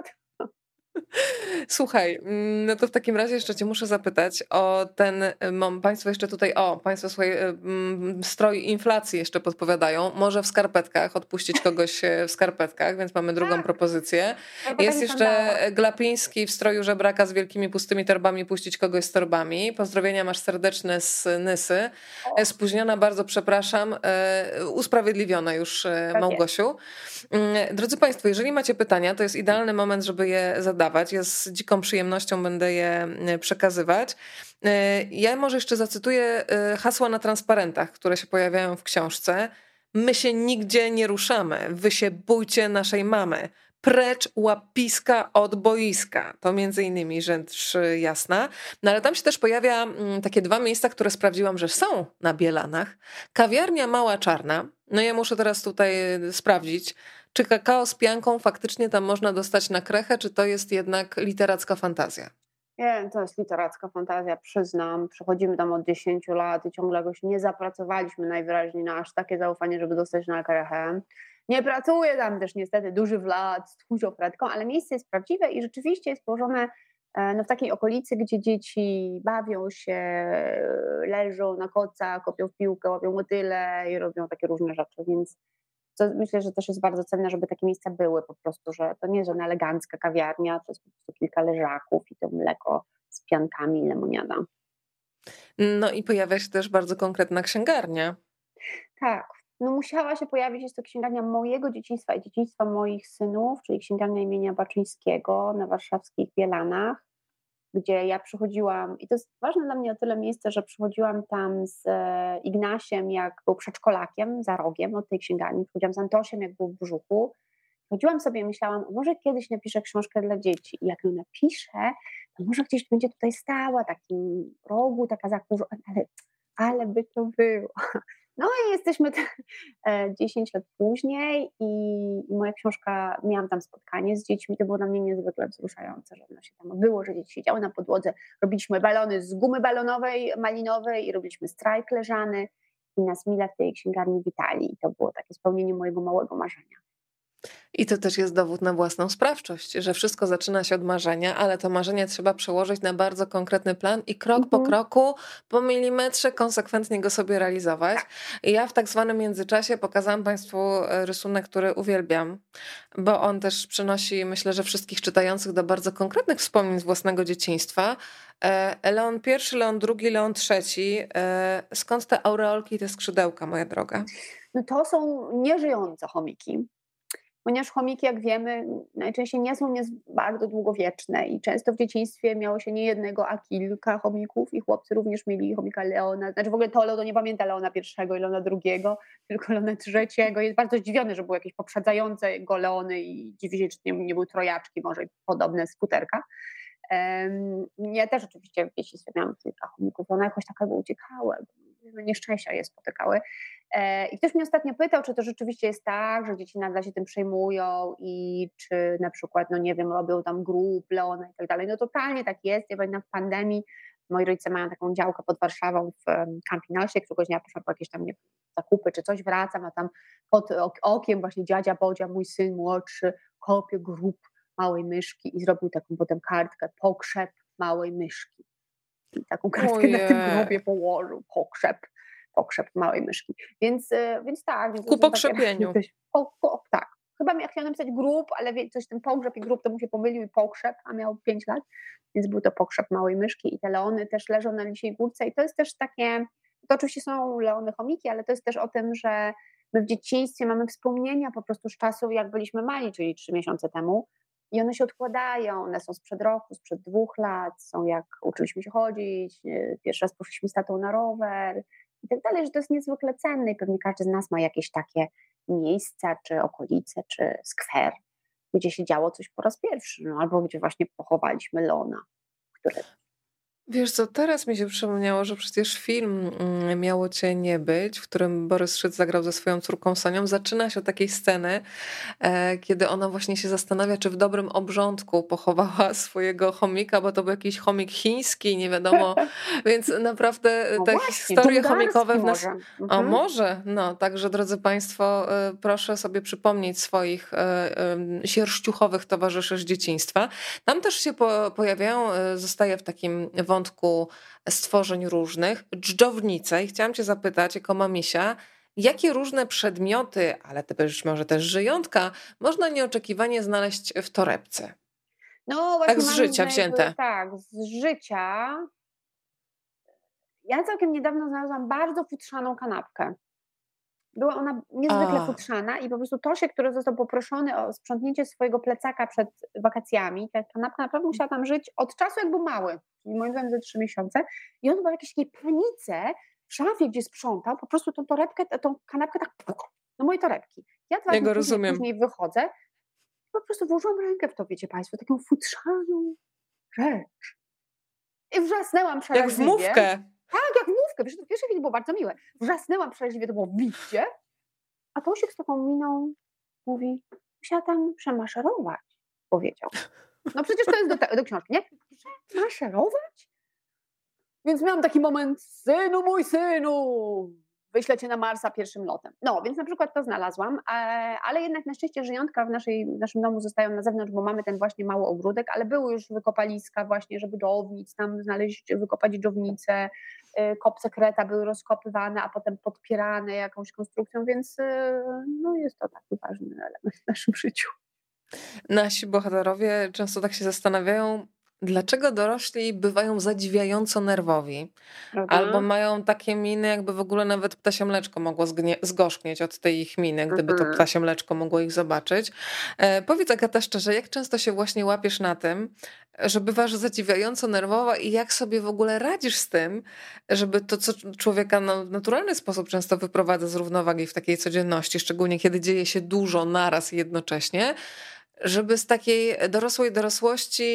Słuchaj, no to w takim razie jeszcze cię muszę zapytać o ten, mam państwo jeszcze tutaj, o, państwo słuchaj, mm, stroj inflacji jeszcze podpowiadają, może w skarpetkach, odpuścić kogoś w skarpetkach, więc mamy drugą Tak. propozycję. Skarpetek Jest i jeszcze sandałach. Glapiński w stroju żebraka z wielkimi pustymi torbami, puścić kogoś z torbami. Pozdrowienia masz serdeczne z Nysy. O, Spóźniona, bardzo przepraszam, e, usprawiedliwiona już e, tak jest. Małgosiu. Mm, Drodzy Państwo, jeżeli macie pytania, to jest idealny moment, żeby je zadawać. Ja z dziką przyjemnością będę je przekazywać. Ja może jeszcze zacytuję hasła na transparentach, które się pojawiają w książce. My się nigdzie nie ruszamy. Wy się bójcie naszej mamy. Precz łapiska od boiska. To między innymi rzecz jasna. No ale tam się też pojawia takie dwa miejsca, które sprawdziłam, że są na Bielanach. Kawiarnia Mała Czarna. No ja muszę teraz tutaj sprawdzić, czy kakao z pianką faktycznie tam można dostać na krechę, czy to jest jednak literacka fantazja? Nie, to jest literacka fantazja, przyznam. Przechodzimy tam od dziesięciu lat i ciągle jakoś nie zapracowaliśmy najwyraźniej na aż takie zaufanie, żeby dostać na krechę. Nie pracuje tam też niestety duży wlad z tchórzą fretką, ale miejsce jest prawdziwe i rzeczywiście jest położone no, w takiej okolicy, gdzie dzieci bawią się, leżą na kocach, kopią w piłkę, łapią motyle i robią takie różne rzeczy, więc to myślę, że też jest bardzo cenne, żeby takie miejsca były po prostu, że to nie jest żadna elegancka kawiarnia, to jest po prostu kilka leżaków i to mleko z piankami i lemoniada. No i pojawia się też bardzo konkretna księgarnia. Tak, no musiała się pojawić, jest to księgarnia mojego dzieciństwa i dzieciństwa moich synów, czyli księgarnia imienia Baczyńskiego na warszawskich Bielanach, gdzie ja przychodziłam, i to jest ważne dla mnie o tyle miejsce, że przychodziłam tam z Ignasiem, jak był przedszkolakiem, za rogiem od tej księgarni, przychodziłam z Antosiem, jak był w brzuchu. Chodziłam sobie i myślałam, może kiedyś napiszę książkę dla dzieci i jak ją napiszę, to może gdzieś będzie tutaj stała, w takim rogu, taka zakurzona, ale, ale by to było. No i jesteśmy dziesięć lat później i, i moja książka, miałam tam spotkanie z dziećmi, to było dla mnie niezwykle wzruszające, że ono się tam odbyło, że dzieci siedziały na podłodze, robiliśmy balony z gumy balonowej, malinowej i robiliśmy strajk leżany i nas mile w tej księgarni witali i to było takie spełnienie mojego małego marzenia. I to też jest dowód na własną sprawczość, że wszystko zaczyna się od marzenia, ale to marzenie trzeba przełożyć na bardzo konkretny plan i krok po Mhm. kroku, po milimetrze konsekwentnie go sobie realizować. Tak. I ja w tak zwanym międzyczasie pokazałam Państwu e, rysunek, który uwielbiam, bo on też przynosi, myślę, że wszystkich czytających do bardzo konkretnych wspomnień z własnego dzieciństwa. E, Leon pierwszy, Leon drugi, Leon trzeci. E, Skąd te aureolki i te skrzydełka, moja droga? No to są nieżyjące chomiki, ponieważ chomiki, jak wiemy, najczęściej nie są niez- bardzo długowieczne i często w dzieciństwie miało się nie jednego, a kilka chomików i chłopcy również mieli chomika Leona. Znaczy w ogóle Tolo to nie pamięta Leona pierwszego i Leona drugiego, tylko Leona trzeciego. Jest bardzo zdziwiony, że były jakieś poprzedzające go Leony i dziwi się, czy nie, nie były trojaczki może i podobne z futerka. Em, Ja też oczywiście w dzieciństwie miałam kilka chomików, one jakoś tak albo uciekały, albo nieszczęścia je spotykały. E, I ktoś mnie ostatnio pytał, czy to rzeczywiście jest tak, że dzieci nagle się tym przejmują i czy na przykład, no nie wiem, robią tam grup, Leona i tak dalej. No totalnie tak jest. Ja pamiętam w pandemii, moi rodzice mają taką działkę pod Warszawą w em, Campinosie, któregoś dnia poszłam po jakieś tam nie, wiem, zakupy czy coś, wracam, a tam pod ok- okiem właśnie dziadzia Bodzia, mój syn młodszy, kopie grup małej myszki i zrobił taką potem kartkę, pokrzep małej myszki. I taką kartkę na tym Ojej. grobie położył, pokrzep, pokrzep małej myszki. Więc, y, więc tak, więc Ku to są takie pokrzepieniu. coś, po, po, tak. Chyba miał, chciał napisać grób, ale wie, coś ten pogrzeb i grób to mu się pomylił i pokrzep, a miał pięć lat, więc był to pokrzep małej myszki i te leony też leżą na lisiej górce i to jest też takie, to oczywiście są leony chomiki, ale to jest też o tym, że my w dzieciństwie mamy wspomnienia po prostu z czasu, jak byliśmy mali, czyli trzy miesiące temu, i one się odkładają, one są sprzed roku, sprzed dwóch lat, są jak uczyliśmy się chodzić, e, pierwszy raz poszliśmy z tatą na rower i tak dalej, że to jest niezwykle cenne i pewnie każdy z nas ma jakieś takie miejsca, czy okolice, czy skwer, gdzie się działo coś po raz pierwszy, no, albo gdzie właśnie pochowaliśmy Leona, który... Wiesz co, teraz mi się przypomniało, że przecież film mm, Miało cię nie być, w którym Borys Szyc zagrał ze swoją córką Sonią, zaczyna się od takiej sceny, e, kiedy ona właśnie się zastanawia, czy w dobrym obrządku pochowała swojego chomika, bo to był jakiś chomik chiński, nie wiadomo, więc naprawdę No te właśnie, historie chomikowe dżungarski w nas... może. O Mhm. może, no, także drodzy Państwo, e, proszę sobie przypomnieć swoich e, em, sierściuchowych towarzyszy z dzieciństwa. Tam też się po, pojawiają, e, zostaje w takim wątku stworzeń różnych, dżdżownice. I chciałam cię zapytać, jako mamisia, jakie różne przedmioty, ale też może też żyjątka, można nieoczekiwanie znaleźć w torebce? No Tak właśnie z mam życia jakby, wzięte. tak, z życia. Ja całkiem niedawno znalazłam bardzo futrzaną kanapkę. Była ona niezwykle A, futrzana i po prostu Tosiek, który został poproszony o sprzątnięcie swojego plecaka przed wakacjami, ta kanapka naprawdę musiała tam żyć od czasu, jak był mały, czyli moim zdaniem ze trzy miesiące. I on był w jakiejś takiej panice w szafie, gdzie sprzątał, po prostu tą torebkę, tą kanapkę tak do mojej torebki. Ja dwa ja dni go później, rozumiem. później wychodzę, po prostu włożyłam rękę w to, wiecie Państwo, taką futrzaną rzecz. I wrzasnęłam Jak w przeraźliwie. mówkę. Tak, jak mówkę, wiesz, to w pierwszej chwili było bardzo miłe. Wrzasnęłam przeraźliwie, to było widzicie, a Tosiek z taką miną mówi, musiała tam przemaszerować, powiedział. No przecież to jest do, te- do książki, nie? Przemaszerować? Więc miałam taki moment, synu mój synu, wyślę cię na Marsa pierwszym lotem. No, więc na przykład to znalazłam, e, ale jednak na szczęście żyjątka w, naszej, w naszym domu zostają na zewnątrz, bo mamy ten właśnie mały ogródek, ale były już wykopaliska właśnie, żeby dżownic, tam znaleźć, wykopać dżownicę, e, kopce kreta były rozkopywane, a potem podpierane jakąś konstrukcją, więc e, no jest to taki ważny element w naszym życiu. Nasi bohaterowie często tak się zastanawiają, dlaczego dorośli bywają zadziwiająco nerwowi, albo Prawda? mają takie miny, jakby w ogóle nawet ptasie mleczko mogło zgnie- zgorzknieć od tej ich miny, gdyby to Mhm. ptasie mleczko mogło ich zobaczyć. E, powiedz, Agata, szczerze, jak często się właśnie łapiesz na tym, że bywasz zadziwiająco nerwowa i jak sobie w ogóle radzisz z tym, żeby to, co człowieka no, w naturalny sposób często wyprowadza z równowagi w takiej codzienności, szczególnie kiedy dzieje się dużo naraz i jednocześnie, żeby z takiej dorosłej dorosłości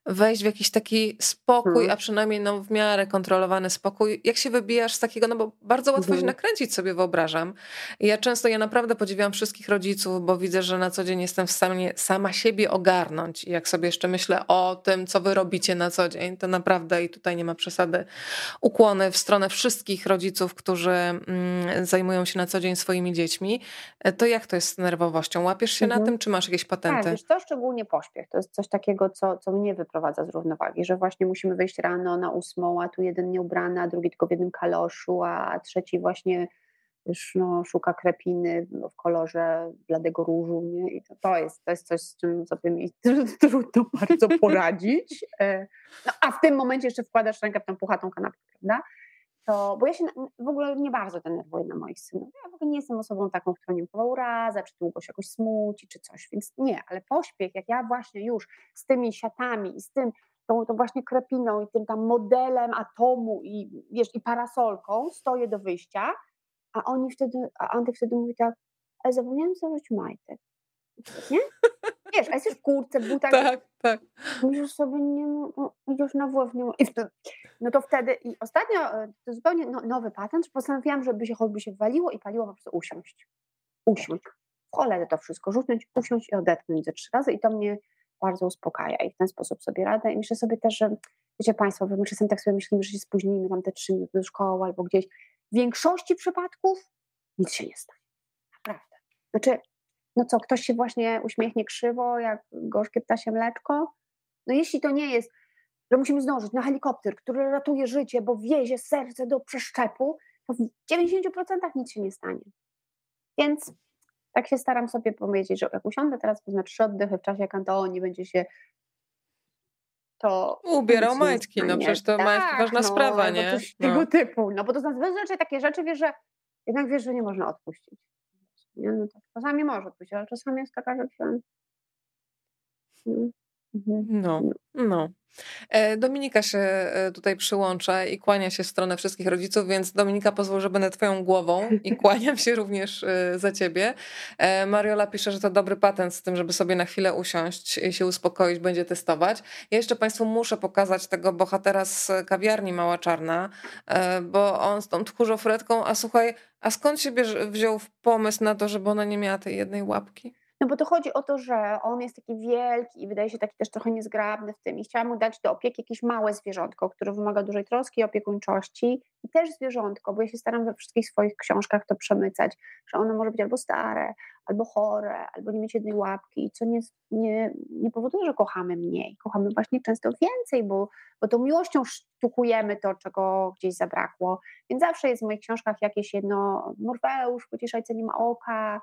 wejść w jakiś taki spokój, Mhm. a przynajmniej no, w miarę kontrolowany spokój. Jak się wybijasz z takiego, no bo bardzo łatwo się Mhm. nakręcić sobie, wyobrażam. I ja często, ja naprawdę podziwiam wszystkich rodziców, bo widzę, że na co dzień jestem w stanie sama siebie ogarnąć. I jak sobie jeszcze myślę o tym, co wy robicie na co dzień, to naprawdę, i tutaj nie ma przesady, ukłony w stronę wszystkich rodziców, którzy mm, zajmują się na co dzień swoimi dziećmi. E, To jak to jest z nerwowością? Łapiesz się na Mhm. tym, czy masz jakieś Tak, patenty? wiesz co, szczególnie pośpiech. To jest coś takiego, co, co mnie wyprowadza z równowagi, że właśnie musimy wyjść rano na ósmą, a tu jeden nieubrany, a drugi tylko w jednym kaloszu, a trzeci właśnie już no, szuka krepiny w kolorze bladego różu. Nie? I to, to, jest, to jest coś, z czym sobie mi trudno bardzo poradzić. E, No, a w tym momencie jeszcze wkładasz rękę w tą puchatą kanapkę, prawda? To, bo ja się na- w ogóle nie bardzo denerwuję na moich synów. Ja w ogóle nie jestem osobą taką, która nie ma urazę, czy długo się jakoś smuci, czy coś, więc nie, ale pośpiech, jak ja właśnie już z tymi siatami i z tym, tą, tą właśnie krepiną i tym tam modelem atomu i wiesz, i parasolką stoję do wyjścia, a oni wtedy, a Antek wtedy mówi tak, ale zapomniałem założyć majtek, nie? Wiesz, a jesteś w kurtce, w butach, Tak, tak. myślisz sobie, nie, no, no, idziesz na W F, nie, ma- i wtedy, no to wtedy, i ostatnio, e, to zupełnie no, nowy patent, że postanowiłam, żeby się choćby się waliło i paliło, po prostu usiąść, usiąść, w cholerę to wszystko, rzucnąć, usiąść i odetchnąć ze trzy razy i to mnie bardzo uspokaja i w ten sposób sobie radę i myślę sobie też, że wiecie Państwo, my czasem tak sobie myślimy, że się spóźnimy tam te trzy minuty do szkoły albo gdzieś, w większości przypadków nic się nie stanie, naprawdę, znaczy, no co, ktoś się właśnie uśmiechnie krzywo, jak gorzkie ptasie mleczko, no jeśli to nie jest, że musimy zdążyć na helikopter, który ratuje życie, bo wiezie serce do przeszczepu, to w dziewięćdziesięciu procentach nic się nie stanie. Więc tak się staram sobie powiedzieć, że jak usiądę teraz, wezmę trzy oddechy w czasie, jak Antoni będzie się, to, to Ubierał nic się nie majtki, no stanie. przecież to majtki Tak, ważna no, sprawa, albo nie? coś tego No. typu. No bo to zazwyczaj takie rzeczy, wiesz, że jednak wiesz, że nie można odpuścić. Nie? No tak, czasami może odpuścić, ale czasami jest taka rzecz, że... No, mhm. No, No. no. E, Dominika się e, tutaj przyłącza i kłania się w stronę wszystkich rodziców, więc Dominika, pozwól, że będę twoją głową i kłaniam się również e, za ciebie. E, Mariola pisze, że to dobry patent z tym, żeby sobie na chwilę usiąść i się uspokoić, będzie testować. Ja jeszcze Państwu muszę pokazać tego bohatera z kawiarni Mała Czarna, e, bo on z tą tchórzofretką, a słuchaj, a skąd się bierze, wziął pomysł na to, żeby ona nie miała tej jednej łapki? No bo to chodzi o to, że on jest taki wielki i wydaje się taki też trochę niezgrabny w tym i chciałam mu dać do opieki jakieś małe zwierzątko, które wymaga dużej troski i opiekuńczości i też zwierzątko, bo ja się staram we wszystkich swoich książkach to przemycać, że ono może być albo stare, albo chore, albo nie mieć jednej łapki, co nie, nie, nie powoduje, że kochamy mniej, kochamy właśnie często więcej, bo, bo tą miłością sztukujemy to, czego gdzieś zabrakło, więc zawsze jest w moich książkach jakieś jedno Morfeusz, pocieszajce nie ma oka,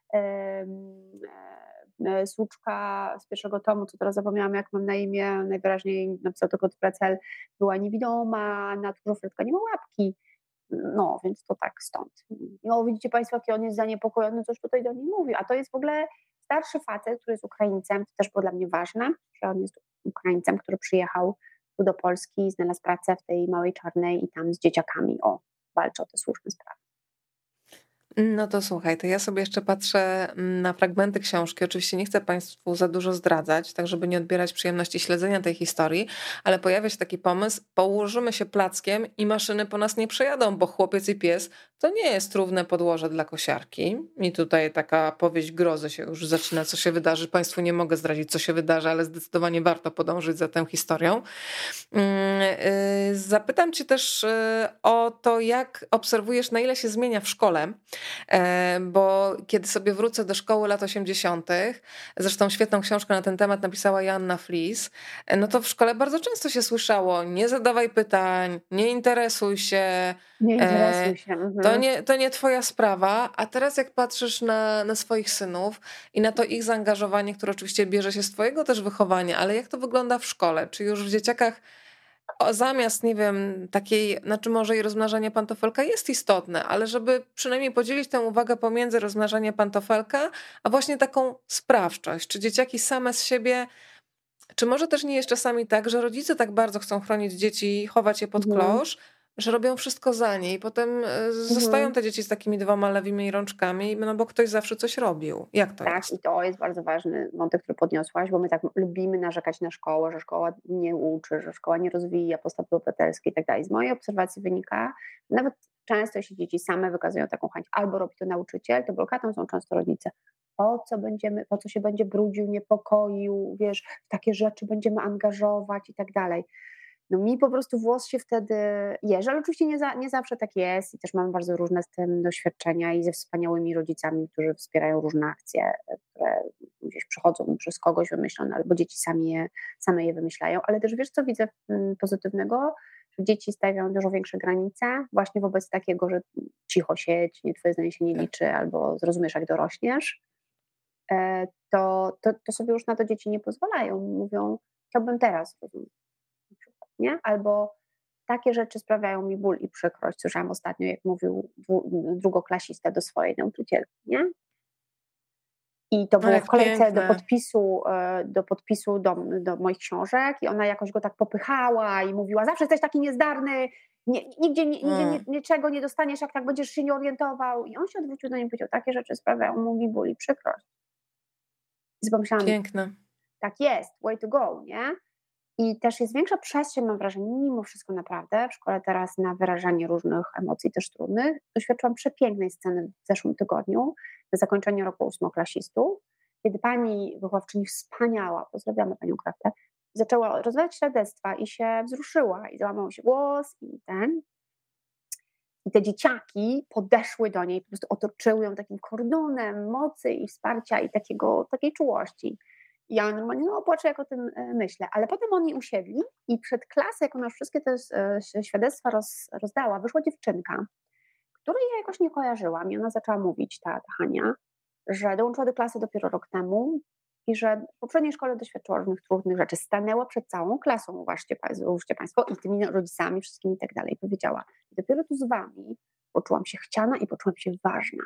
e, Słuczka z pierwszego tomu, co teraz zapomniałam, jak mam na imię, najwyraźniej napisał tylko Precel, była niewidoma, na tchórzofretka nie ma łapki. No, więc to tak stąd. No, widzicie Państwo, jaki on jest zaniepokojony, coś tutaj do niej mówi. A to jest w ogóle starszy facet, który jest Ukraińcem, to też było dla mnie ważne, że on jest Ukraińcem, który przyjechał tu do Polski, znalazł pracę w tej Małej Czarnej i tam z dzieciakami, o, walczy o te słuszne sprawy. No to słuchaj, to ja sobie jeszcze patrzę na fragmenty książki. Oczywiście nie chcę Państwu za dużo zdradzać, tak żeby nie odbierać przyjemności śledzenia tej historii, ale pojawia się taki pomysł, położymy się plackiem i maszyny po nas nie przejadą, bo chłopiec i pies to nie jest równe podłoże dla kosiarki. I tutaj taka powieść grozy się już zaczyna, co się wydarzy. Państwu nie mogę zdradzić, co się wydarzy, ale zdecydowanie warto podążyć za tę historią. Zapytam Cię też o to, jak obserwujesz, na ile się zmienia w szkole, bo kiedy sobie wrócę do szkoły lat osiemdziesiątych, zresztą świetną książkę na ten temat napisała Joanna Flis, no to w szkole bardzo często się słyszało: nie zadawaj pytań, nie interesuj się, Nie interesuj się. Mhm. to nie, to nie twoja sprawa. A teraz jak patrzysz na, na swoich synów i na to ich zaangażowanie, które oczywiście bierze się z twojego też wychowania, ale jak to wygląda w szkole? Czy już w dzieciakach o, zamiast, nie wiem, takiej, znaczy może i rozmnażanie pantofelka jest istotne, ale żeby przynajmniej podzielić tę uwagę pomiędzy rozmnażanie pantofelka, a właśnie taką sprawczość. Czy dzieciaki same z siebie, czy może też nie jest czasami tak, że rodzice tak bardzo chcą chronić dzieci, chować je pod Mhm. klosz, że robią wszystko za nie i potem e, zostają Mhm. te dzieci z takimi dwoma lewymi rączkami, no bo ktoś zawsze coś robił. Jak to Tak, i jest? to jest bardzo ważny wątek, który podniosłaś, bo my tak lubimy narzekać na szkołę, że szkoła nie uczy, że szkoła nie rozwija postawy obywatelskie i tak dalej. Z mojej obserwacji wynika, nawet często jeśli dzieci same wykazują taką chęć, albo robi to nauczyciel, to blokatą są często rodzice. Po co będziemy, po co się będzie brudził, niepokoił, wiesz, w takie rzeczy będziemy angażować i tak dalej. No mi po prostu włos się wtedy jeży, ale oczywiście nie, za, nie zawsze tak jest i też mam bardzo różne z tym doświadczenia i ze wspaniałymi rodzicami, którzy wspierają różne akcje, które gdzieś przychodzą przez kogoś wymyślone, albo dzieci sami je, same je wymyślają, ale też wiesz co widzę mm, pozytywnego, że dzieci stawiają dużo większe granice właśnie wobec takiego, że cicho siedź, nie twoje zdanie się nie Tak. liczy, albo zrozumiesz jak dorośniesz, e, to, to, to sobie już na to dzieci nie pozwalają, mówią, to bym teraz zrozumiał na przykład, nie? Albo takie rzeczy sprawiają mi ból i przykrość. Słyszałam ostatnio, jak mówił dwu, drugoklasista do swojej nauczycielki, nie? I to No było w jak kolejce do piękne. podpisu, e, do podpisu do, do moich książek i ona jakoś go tak popychała i mówiła, zawsze jesteś taki niezdarny, nie, nigdzie, nie, nigdzie nie, O, niczego nie dostaniesz, jak tak będziesz się nie orientował. I on się odwrócił do niej i powiedział, takie rzeczy sprawiają mu ból i przykrość. I pomyślałam, piękne. tak jest, way to go, nie? I też jest większa przestrzeń, mam wrażenie, mimo wszystko naprawdę, w szkole teraz na wyrażanie różnych emocji też trudnych. Doświadczyłam przepięknej sceny w zeszłym tygodniu, na zakończenie roku ósmoklasistów, kiedy pani wychowawczyni wspaniała, pozdrawiamy panią Kraftę, zaczęła rozdawać świadectwa i się wzruszyła i załamał się głos i ten. I te dzieciaki podeszły do niej, po prostu otoczyły ją takim kordonem mocy i wsparcia i takiego, takiej czułości. I ja normalnie no, płaczę, jak o tym e, myślę. Ale potem oni usiedli i przed klasą, jak ona już wszystkie te e, świadectwa roz, rozdała, wyszła dziewczynka, której ja jakoś nie kojarzyłam. I ona zaczęła mówić, ta, ta Hania, że dołączyła do klasy dopiero rok temu i że w poprzedniej szkole doświadczyła różnych trudnych rzeczy. Stanęła przed całą klasą, uważcie, uważcie Państwo, i tymi rodzicami, wszystkimi i tak dalej. Powiedziała, i dopiero tu z Wami poczułam się chciana i poczułam się ważna.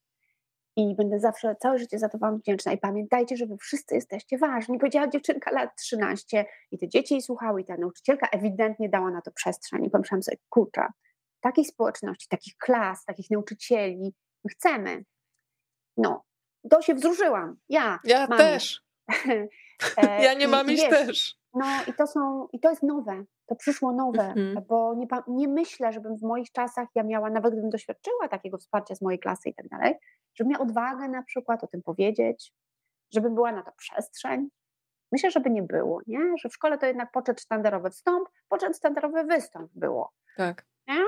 I będę zawsze całe życie za to Wam wdzięczna. I pamiętajcie, że Wy wszyscy jesteście ważni. Powiedziała dziewczynka lat trzynaście i te dzieci jej słuchały i ta nauczycielka ewidentnie dała na to przestrzeń. I pomyślałam sobie, kurczę, takiej społeczności, takich klas, takich nauczycieli my chcemy. No, to się wzruszyłam. Ja, Ja mamiś. też. E, Ja nie I, mam I iść wiesz, też. no i to są, i to jest nowe, to przyszło nowe, Mhm. bo nie, nie myślę, żebym w moich czasach ja miała, nawet gdybym doświadczyła takiego wsparcia z mojej klasy i tak dalej, żebym miała odwagę na przykład o tym powiedzieć, żebym była na to przestrzeń. Myślę, żeby nie było, nie? Że w szkole to jednak poczet sztandarowy wstąp, poczet sztandarowy wystąp było, Tak. nie?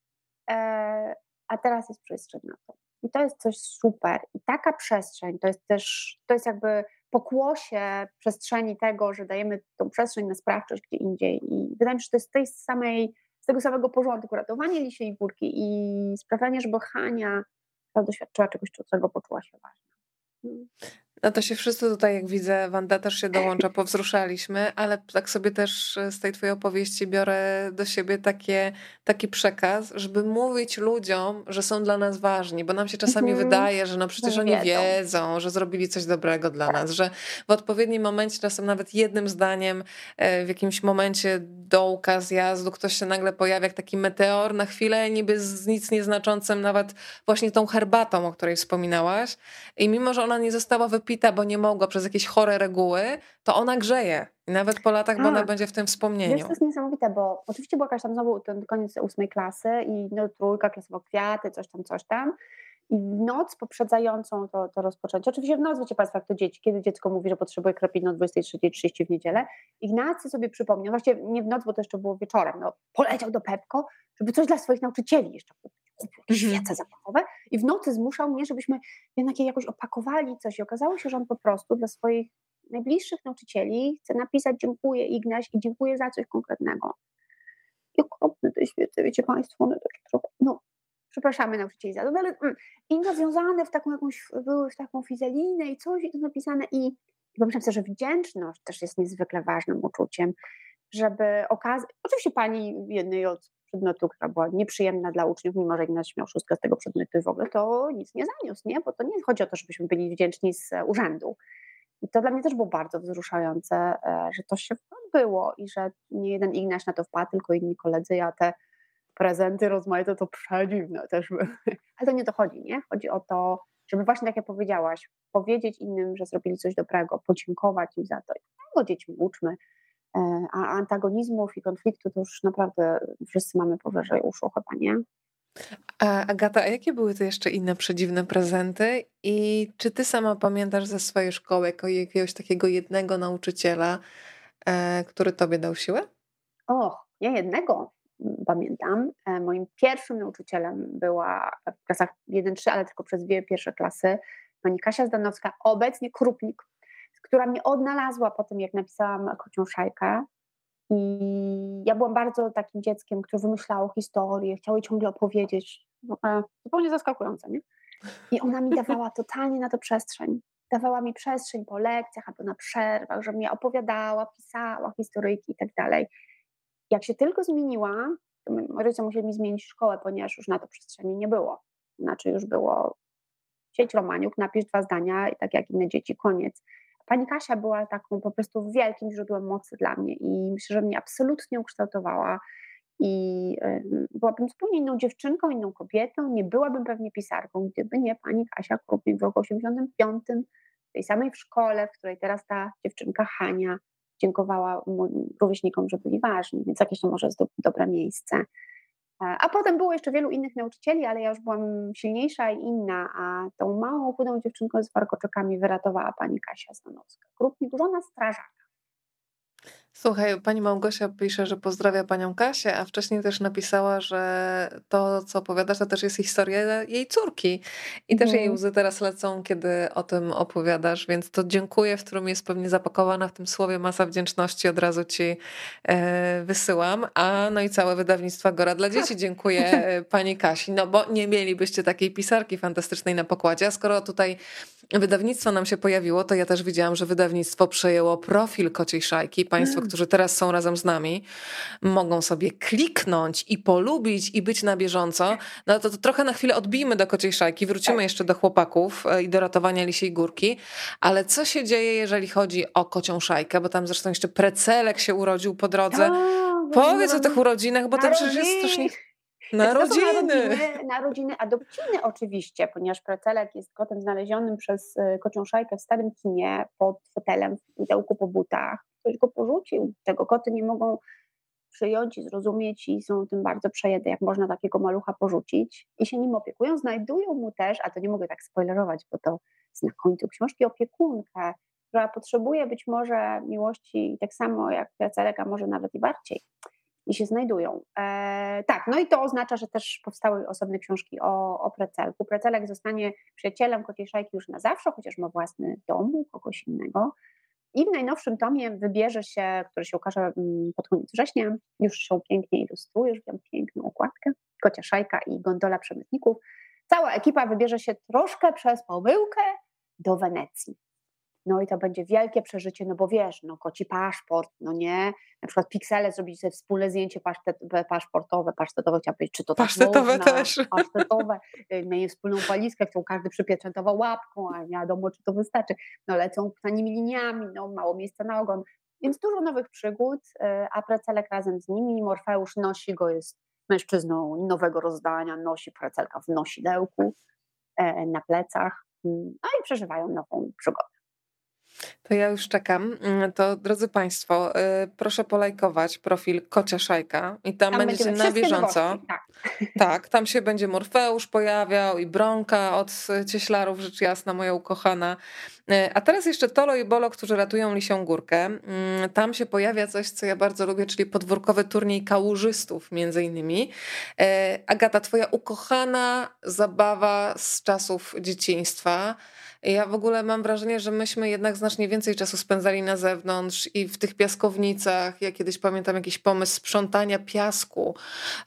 E, a teraz jest przestrzeń na to. I to jest coś super. I taka przestrzeń to jest też, to jest jakby pokłosie przestrzeni tego, że dajemy tą przestrzeń na sprawczość gdzie indziej. I wydaje mi się, że to jest z tej samej, z tego samego porządku ratowanie lisiej górki i sprawianie, żeby Hania doświadczyła czegoś, czego poczuła się ważna. Mm. No to się wszyscy tutaj, jak widzę, Wanda też się dołącza, powzruszaliśmy, ale tak sobie też z tej twojej opowieści biorę do siebie takie, taki przekaz, żeby mówić ludziom, że są dla nas ważni, bo nam się czasami Mhm. wydaje, że no Że przecież nie oni wiedzą. wiedzą, że zrobili coś dobrego dla Tak. nas, że w odpowiednim momencie, czasem nawet jednym zdaniem, w jakimś momencie dołka, zjazdu, ktoś się nagle pojawia jak taki meteor na chwilę, niby z nic nieznaczącym, nawet właśnie tą herbatą, o której wspominałaś. I mimo, że ona nie została wypita, bo nie mogła przez jakieś chore reguły, to ona grzeje. I nawet po latach, bo ona Tak. będzie w tym Wiesz, wspomnieniu. to jest niesamowite, bo oczywiście była jakaś tam znowu ten koniec ósmej klasy i no, trójka, klasowo kwiaty, coś tam, coś tam. I w noc poprzedzającą to, to rozpoczęcie, oczywiście w noc, wiecie Państwo, jak to dzieci, kiedy dziecko mówi, że potrzebuje krapiny o dwudziestej trzeciej trzydzieści w niedzielę, Ignacy sobie przypomniał, właściwie nie w noc, bo to jeszcze było wieczorem, no, poleciał do Pepko, żeby coś dla swoich nauczycieli jeszcze kupić, kupił jakieś Mhm. świece zapachowe i w nocy zmuszał mnie, żebyśmy jednak je jakoś opakowali coś i okazało się, że on po prostu dla swoich najbliższych nauczycieli chce napisać dziękuję Ignaś i dziękuję za coś konkretnego. I okropne te świece, wiecie Państwo, one takie trochę, no, przepraszamy nauczycieli za to, ale mm, i nawiązane w taką jakąś, były w taką fizelinę i coś i to napisane i, i pomyślałam sobie, że wdzięczność też jest niezwykle ważnym uczuciem, żeby okazać, oczywiście pani jednej od przedmiotu, która była nieprzyjemna dla uczniów, mimo że Ignaś miał szóstkę z tego przedmiotu i w ogóle, to nic nie zaniósł, nie? Bo to nie chodzi o to, żebyśmy byli wdzięczni z urzędu. I to dla mnie też było bardzo wzruszające, e, że to się odbyło i że nie jeden Ignaś na to wpadł, tylko inni koledzy. Ja te prezenty rozmaite to przedziwne też były. Ale to nie o to chodzi, nie? Chodzi o to, żeby właśnie tak jak powiedziałaś, powiedzieć innym, że zrobili coś dobrego, podziękować im za to. Tego dzieci uczmy. A antagonizmów i konfliktu to już naprawdę wszyscy mamy powyżej uszu chyba, nie? A Agata, a jakie były to jeszcze inne przedziwne prezenty? I czy ty sama pamiętasz ze swojej szkoły jako jakiegoś takiego jednego nauczyciela, e, który tobie dał siłę? Och, ja jednego pamiętam. Moim pierwszym nauczycielem była w klasach jeden trzy, ale tylko przez dwie pierwsze klasy pani Kasia Zdanowska, obecnie Krupnik, która mnie odnalazła po tym, jak napisałam Kocią Szajkę. I ja byłam bardzo takim dzieckiem, które wymyślało historię, chciało jej ciągle opowiedzieć. Zupełnie zaskakujące, nie? I ona mi dawała totalnie na to przestrzeń. Dawała mi przestrzeń po lekcjach albo na przerwach, że mnie opowiadała, pisała historyjki i tak dalej. Jak się tylko zmieniła, to rodzice musieli mi zmienić szkołę, ponieważ już na to przestrzeni nie było. Znaczy już było sieć Romaniuk, napisz dwa zdania i tak jak inne dzieci, koniec. Pani Kasia była taką po prostu wielkim źródłem mocy dla mnie i myślę, że mnie absolutnie ukształtowała i y, byłabym zupełnie inną dziewczynką, inną kobietą, nie byłabym pewnie pisarką, gdyby nie pani Kasia Krupnik w roku osiemdziesiątym piątym, w tej samej w szkole, w której teraz ta dziewczynka Hania dziękowała rówieśnikom, że byli ważni, więc jakieś to może jest do, dobre miejsce. A potem było jeszcze wielu innych nauczycieli, ale ja już byłam silniejsza i inna, a tą małą, chudą dziewczynką z warkoczykami wyratowała pani Kasia Zdanowska. Krupnik, żona strażaka. Słuchaj, pani Małgosia pisze, że pozdrawia panią Kasię, a wcześniej też napisała, że to, co opowiadasz, to też jest historia jej córki. I też jej łzy teraz lecą, kiedy o tym opowiadasz, więc to dziękuję, w którym jest pewnie zapakowana w tym słowie masa wdzięczności, od razu ci e, wysyłam. A no i całe wydawnictwo Agora dla dzieci dziękuję pani Kasi, no bo nie mielibyście takiej pisarki fantastycznej na pokładzie, a skoro tutaj wydawnictwo nam się pojawiło, to ja też widziałam, że wydawnictwo przejęło profil Kociej Szajki. Państwo, mm. którzy teraz są razem z nami, mogą sobie kliknąć i polubić i być na bieżąco. No to, to trochę na chwilę odbijmy do Kociej Szajki, wrócimy jeszcze do chłopaków i do ratowania Lisiej Górki. Ale co się dzieje, jeżeli chodzi o Kocią Szajkę? Bo tam zresztą jeszcze Precelek się urodził po drodze. O, Powiedz o tych urodzinach, bo to przecież jest strasznie... Narodziny. narodziny. Narodziny adopcyjne oczywiście, ponieważ Precelek jest kotem znalezionym przez Kocią Szajkę w starym kinie pod fotelem w pudełku po butach. Ktoś go porzucił. Tego koty nie mogą przyjąć i zrozumieć i są tym bardzo przejęte, jak można takiego malucha porzucić. I się nim opiekują. Znajdują mu też, a to nie mogę tak spoilerować, bo to jest na końcu książki, opiekunkę, która potrzebuje być może miłości tak samo jak Precelek, a może nawet i bardziej. I się znajdują. E, tak, no i to oznacza, że też powstały osobne książki o, o Precelku. Precelek zostanie przyjacielem Kociej Szajki już na zawsze, chociaż ma własny dom, kogoś innego. I w najnowszym tomie wybierze się, który się ukaże pod koniec września, już się pięknie ilustruje, już wiem piękną okładkę, Kocia Szajka i Gondola Przemytników. Cała ekipa wybierze się troszkę przez pomyłkę do Wenecji. No i to będzie wielkie przeżycie, no bo wiesz, no koci paszport, no nie, na przykład piksele zrobić sobie wspólne zdjęcie pasztet, paszportowe, pasztetowe, chciałam powiedzieć, czy to tak pasztetowe można, też. Pasztetowe, mieli wspólną walizkę, którą każdy przypieczętował łapką, a nie wiadomo, czy to wystarczy, no lecą tanimi liniami, no mało miejsca na ogon, więc dużo nowych przygód, a Precelek razem z nimi, Morfeusz nosi go, jest mężczyzną nowego rozdania, nosi Precelka w nosidełku, na plecach, no i przeżywają nową przygodę. To ja już czekam. To drodzy Państwo, proszę polajkować profil Kocia Szajka i tam, tam będziecie na bieżąco. Nowości, tak. tak, tam się będzie Morfeusz pojawiał i Bronka od Cieślarów, rzecz jasna, moja ukochana. A teraz jeszcze Tolo i Bolo, którzy ratują Lisią Górkę. Tam się pojawia coś, co ja bardzo lubię, czyli podwórkowy turniej kałużystów między innymi. Agata, twoja ukochana zabawa z czasów dzieciństwa. Ja w ogóle mam wrażenie, że myśmy jednak znacznie więcej czasu spędzali na zewnątrz i w tych piaskownicach. Ja kiedyś pamiętam jakiś pomysł sprzątania piasku.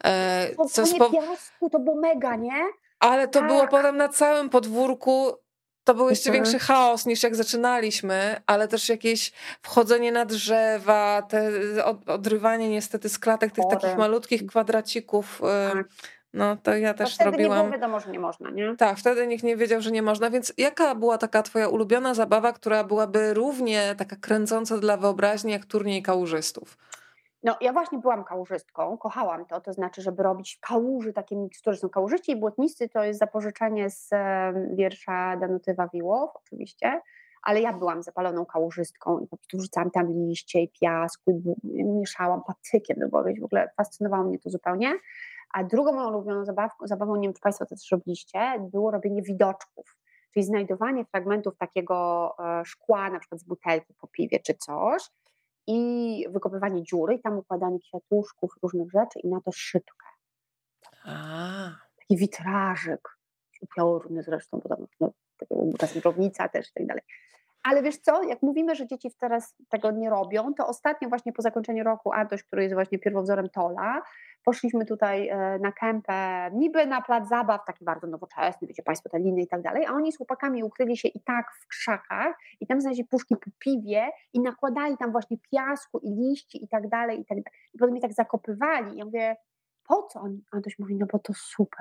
Co spo... piasku to było mega, nie? Ale to tak. było potem na całym podwórku. To był jeszcze mhm. większy chaos niż jak zaczynaliśmy, ale też jakieś wchodzenie na drzewa, te odrywanie niestety z klatek tych Chore. takich malutkich kwadracików. Tak. No to ja też wtedy robiłam. Nie było wiadomo, że nie można, nie? Tak, wtedy nikt nie wiedział, że nie można, więc jaka była taka twoja ulubiona zabawa, która byłaby równie taka kręcąca dla wyobraźni jak turniej kałużystów? No ja właśnie byłam kałużystką, kochałam to, to znaczy, żeby robić w kałuży takie mikstury. Są kałużyści i błotnisty, to jest zapożyczenie z wiersza Danuty Wawiłow oczywiście, ale ja byłam zapaloną kałużystką i po prostu wrzucałam tam liście i piasku i mieszałam patykiem, no bo w ogóle fascynowało mnie to zupełnie. A drugą moją ulubioną zabawką, zabawą, nie wiem czy Państwo to też robiliście, było robienie widoczków, czyli znajdowanie fragmentów takiego szkła, na przykład z butelki po piwie czy coś, i wykopywanie dziury i tam układanie kwiatuszków, różnych rzeczy i na to szytkę. A. Taki witrażyk, upiorny zresztą, bo tam no, czasem drobnica też i tak dalej. Ale wiesz co, jak mówimy, że dzieci teraz tego nie robią, to ostatnio właśnie po zakończeniu roku Antoś, który jest właśnie pierwowzorem Tola, poszliśmy tutaj na kępę, niby na plac zabaw, taki bardzo nowoczesny, wiecie Państwo, te liny i tak dalej, a oni z chłopakami ukryli się i tak w krzakach i tam znaleźli puszki po piwie i nakładali tam właśnie piasku i liści i tak dalej, i tak dalej. I potem mi tak zakopywali i ja mówię, po co? Antoś mówi, no bo to super.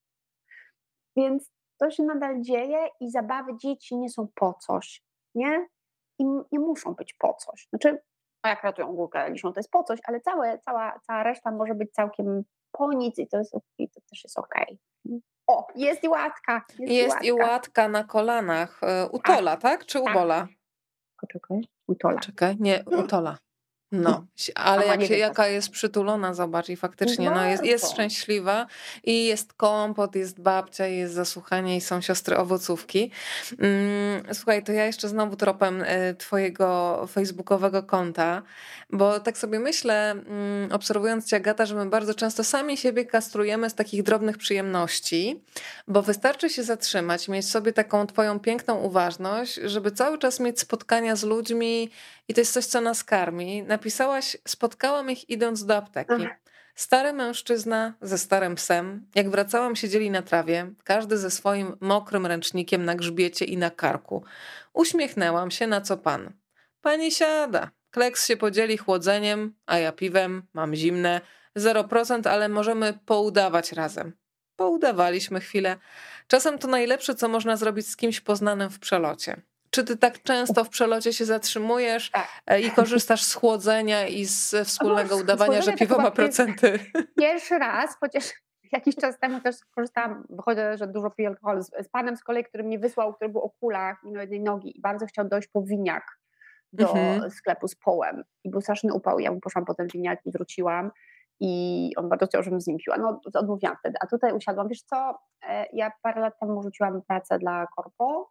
Więc to się nadal dzieje i zabawy dzieci nie są po coś, nie? I nie muszą być po coś. Znaczy, a jak ratują górkę liczną, to jest po coś, ale całe, cała, cała reszta może być całkiem po nic i to, jest, i to też jest okej. Okay. O, jest i łatka. Jest, jest i, łatka. i łatka na kolanach. U Tola, a, tak? Czy u tak. Bola? Poczekaj, u Tola. Poczekaj, nie, u Tola. No, ale jak się, jaka jest przytulona, zobacz, i faktycznie no, jest, jest szczęśliwa i jest kompot, jest babcia, jest zasłuchanie i są siostry owocówki. Słuchaj, to ja jeszcze znowu tropem twojego facebookowego konta, bo tak sobie myślę, obserwując cię, Agata, że my bardzo często sami siebie kastrujemy z takich drobnych przyjemności, bo wystarczy się zatrzymać, mieć sobie taką twoją piękną uważność, żeby cały czas mieć spotkania z ludźmi i to jest coś, co nas karmi. Napisałaś, spotkałam ich idąc do apteki. Stary mężczyzna ze starym psem. Jak wracałam, siedzieli na trawie, każdy ze swoim mokrym ręcznikiem na grzbiecie i na karku. Uśmiechnęłam się, na co pan. Pani siada. Kleks się podzieli chłodzeniem, a ja piwem, mam zimne. Zero procent, ale możemy poudawać razem. Poudawaliśmy chwilę. Czasem to najlepsze, co można zrobić z kimś poznanym w przelocie. Czy ty tak często w przelocie się zatrzymujesz tak. i korzystasz z chłodzenia i z wspólnego no, udawania, że piwo ma procenty? Pierwszy raz, chociaż jakiś czas temu też korzystałam, wychodzę, że dużo piję alkoholu, z, z panem z kolei, który mnie wysłał, który był o kulach i miał jednej nogi i bardzo chciał dojść po winiak do mhm. sklepu z połem. I był straszny upał. Ja mu poszłam potem winiak i wróciłam. I on bardzo chciał, żebym z nim piła. No odmówiłam wtedy. A tutaj usiadłam. Wiesz co, ja parę lat temu rzuciłam pracę dla korpo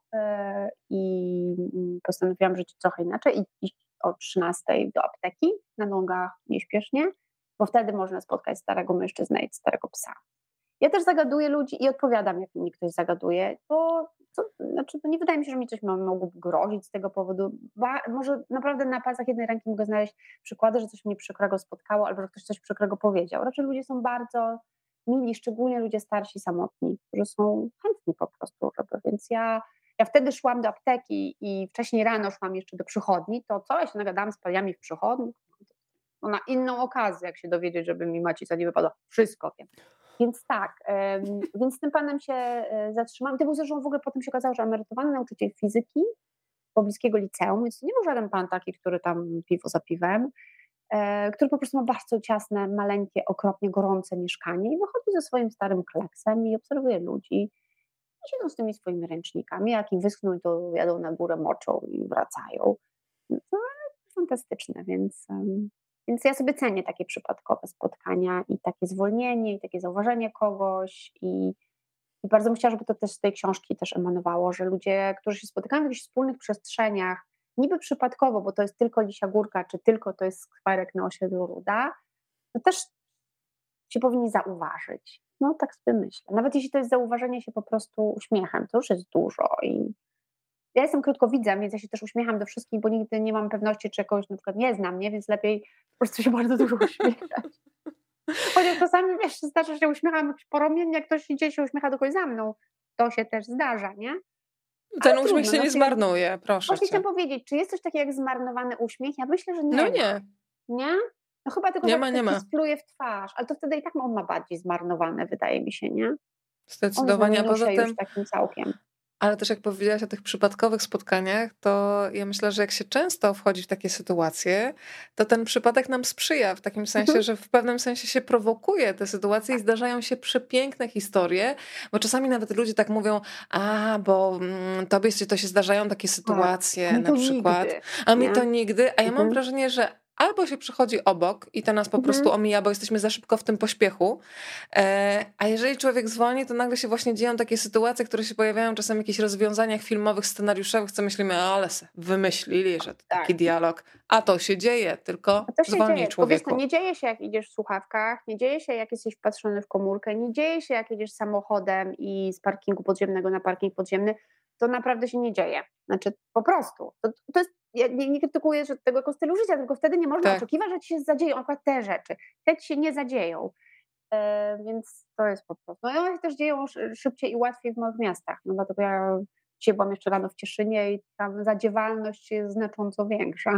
i postanowiłam żyć trochę inaczej i iść o trzynastej do apteki na nogach nieśpiesznie, bo wtedy można spotkać starego mężczyznę i starego psa. Ja też zagaduję ludzi i odpowiadam, jak mi ktoś zagaduje, bo to, znaczy, to nie wydaje mi się, że mi coś mogłoby grozić z tego powodu. Ba, może naprawdę na palcach jednej ręki mogę znaleźć przykłady, że coś mnie przykrego spotkało albo że ktoś coś przykrego powiedział. Raczej ludzie są bardzo mili, szczególnie ludzie starsi, samotni, którzy są chętni po prostu, żeby, więc ja, ja wtedy szłam do apteki i wcześniej rano szłam jeszcze do przychodni, to co? Ja się nagadałam z paniami w przychodni, no na inną okazję, jak się dowiedzieć, żeby mi macica nie wypadła. Wszystko wiem. Więc tak, um, więc z tym panem się zatrzymałam. To był zresztą w ogóle potem się okazało, że emerytowany nauczyciel fizyki pobliskiego liceum, więc to nie był żaden pan taki, który tam piwo za piwem, e, który po prostu ma bardzo ciasne, maleńkie, okropnie gorące mieszkanie i wychodzi ze swoim starym kleksem i obserwuje ludzi i siedzą z tymi swoimi ręcznikami, jak im wyschną, to jadą na górę, moczą i wracają. No, fantastyczne, więc... Um, Więc ja sobie cenię takie przypadkowe spotkania i takie zwolnienie, i takie zauważenie kogoś i, i bardzo bym chciała, żeby to też z tej książki też emanowało, że ludzie, którzy się spotykają w jakichś wspólnych przestrzeniach, niby przypadkowo, bo to jest tylko Lisia Górka, czy tylko to jest skwerek na osiedlu Ruda, to też się powinni zauważyć. No tak sobie myślę. Nawet jeśli to jest zauważenie się po prostu uśmiechem, to już jest dużo i ja jestem krótkowidzem, więc ja się też uśmiecham do wszystkich, bo nigdy nie mam pewności, czy kogoś na przykład nie znam, nie? Więc lepiej po prostu się bardzo dużo uśmiechać. Chociaż czasami, wiesz, zdarza się, że uśmiecham poromiennie, jak ktoś idzie się uśmiecha do kogoś za mną. To się też zdarza, nie? Ten Ale uśmiech trudno, się no, nie zmarnuje, proszę Właśnie cię. chciałam powiedzieć, czy jest coś takiego jak zmarnowany uśmiech? Ja myślę, że nie No ma. nie. Nie? No chyba tylko, nie że ma, nie ktoś ma. spluje w twarz, ale to wtedy i tak on ma bardziej zmarnowane, wydaje mi się, nie? Zdecydowanie, on a poza tym już takim całkiem. Ale też jak powiedziałaś o tych przypadkowych spotkaniach, to ja myślę, że jak się często wchodzi w takie sytuacje, to ten przypadek nam sprzyja w takim sensie, Mhm. że w pewnym sensie się prowokuje te sytuacje i zdarzają się przepiękne historie, bo czasami nawet ludzie tak mówią, a bo mm, tobie się to się zdarzają takie Tak, a sytuacje mi na to przykład, nigdy, a mi nie? to nigdy, a ja mam Mhm. wrażenie, że albo się przychodzi obok i to nas po prostu Mhm. omija, bo jesteśmy za szybko w tym pośpiechu, E, A jeżeli człowiek zwolni, to nagle się właśnie dzieją takie sytuacje, które się pojawiają czasem w jakichś rozwiązaniach filmowych, scenariuszowych, co myślimy, ale se wymyślili, że to Tak. taki dialog. A to się dzieje, tylko A to się zwolnij dzieje, tylko wiesz, to człowieku. nie dzieje się, jak idziesz w słuchawkach, nie dzieje się, jak jesteś wpatrzony w komórkę, nie dzieje się, jak jedziesz samochodem i z parkingu podziemnego na parking podziemny. To naprawdę się nie dzieje. Znaczy po prostu. To, to jest, ja nie, nie krytykuję że tego jako stylu życia, tylko wtedy nie można Tak. oczekiwać, że ci się zadzieją akurat te rzeczy. Te ci się nie zadzieją. E, więc to jest po prostu. No i one się też dzieją szy- szybciej i łatwiej w małych miastach. No dlatego ja dzisiaj byłam jeszcze rano w Cieszynie i tam zadziewalność jest znacząco większa.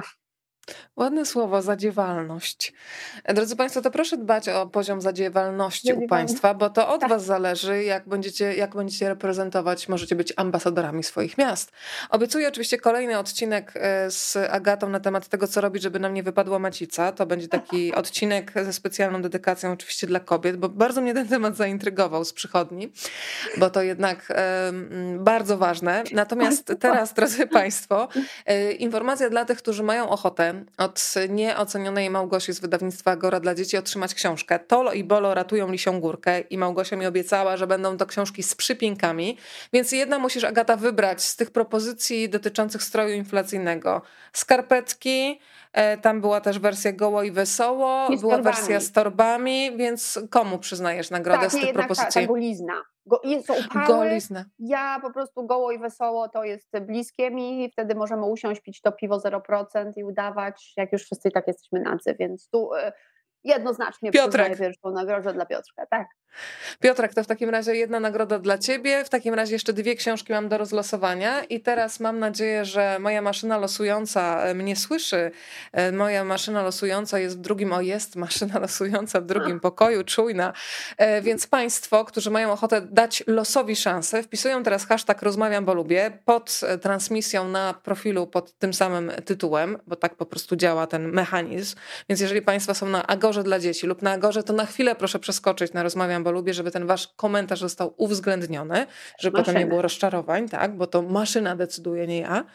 Ładne słowo, zadziewalność. E, Drodzy Państwo, to proszę dbać o poziom zadziewalności u Zadziewalność. Państwa, bo to od Tak. Was zależy, jak będziecie, jak będziecie reprezentować, możecie być ambasadorami swoich miast. Obiecuję oczywiście kolejny odcinek e, z Agatą na temat tego, co robić, żeby nam nie wypadła macica. To będzie taki odcinek ze specjalną dedykacją oczywiście dla kobiet, bo bardzo mnie ten temat zaintrygował z przychodni, bo to jednak e, m, bardzo ważne. Natomiast teraz, drodzy Państwo, e, informacja dla tych, którzy mają ochotę od nieocenionej Małgosi z wydawnictwa Agora dla dzieci otrzymać książkę Tolo i Bolo ratują Lisią Górkę i Małgosia mi obiecała, że będą to książki z przypinkami, więc jedna musisz, Agata, wybrać z tych propozycji dotyczących stroju inflacyjnego. Skarpetki, e, tam była też wersja goło i wesoło, I z była wersja torbami. z torbami, więc komu przyznajesz nagrodę Tak, z nie, tych jednak ta, ta propozycji? golizna. Go, i są upały, Golizna. ja po prostu goło i wesoło to jest bliskie mi, wtedy możemy usiąść, pić to piwo zero procent i udawać, jak już wszyscy i tak jesteśmy nadzy, więc tu y, jednoznacznie przyznaję Piotrek. pierwszą nagrodę dla Piotrka, tak. Piotrek, to w takim razie jedna nagroda dla ciebie. W takim razie jeszcze dwie książki mam do rozlosowania i teraz mam nadzieję, że moja maszyna losująca e, mnie słyszy. E, Moja maszyna losująca jest w drugim, o jest maszyna losująca w drugim pokoju, czujna. E, Więc państwo, którzy mają ochotę dać losowi szansę, wpisują teraz hashtag rozmawiam, bo lubię pod e, transmisją na profilu pod tym samym tytułem, bo tak po prostu działa ten mechanizm. Więc jeżeli państwo są na Agorze dla dzieci lub na Agorze, to na chwilę proszę przeskoczyć na rozmawiam, bo lubię, żeby ten wasz komentarz został uwzględniony, żeby potem nie Maszyna. było rozczarowań, tak, bo to maszyna decyduje, nie ja.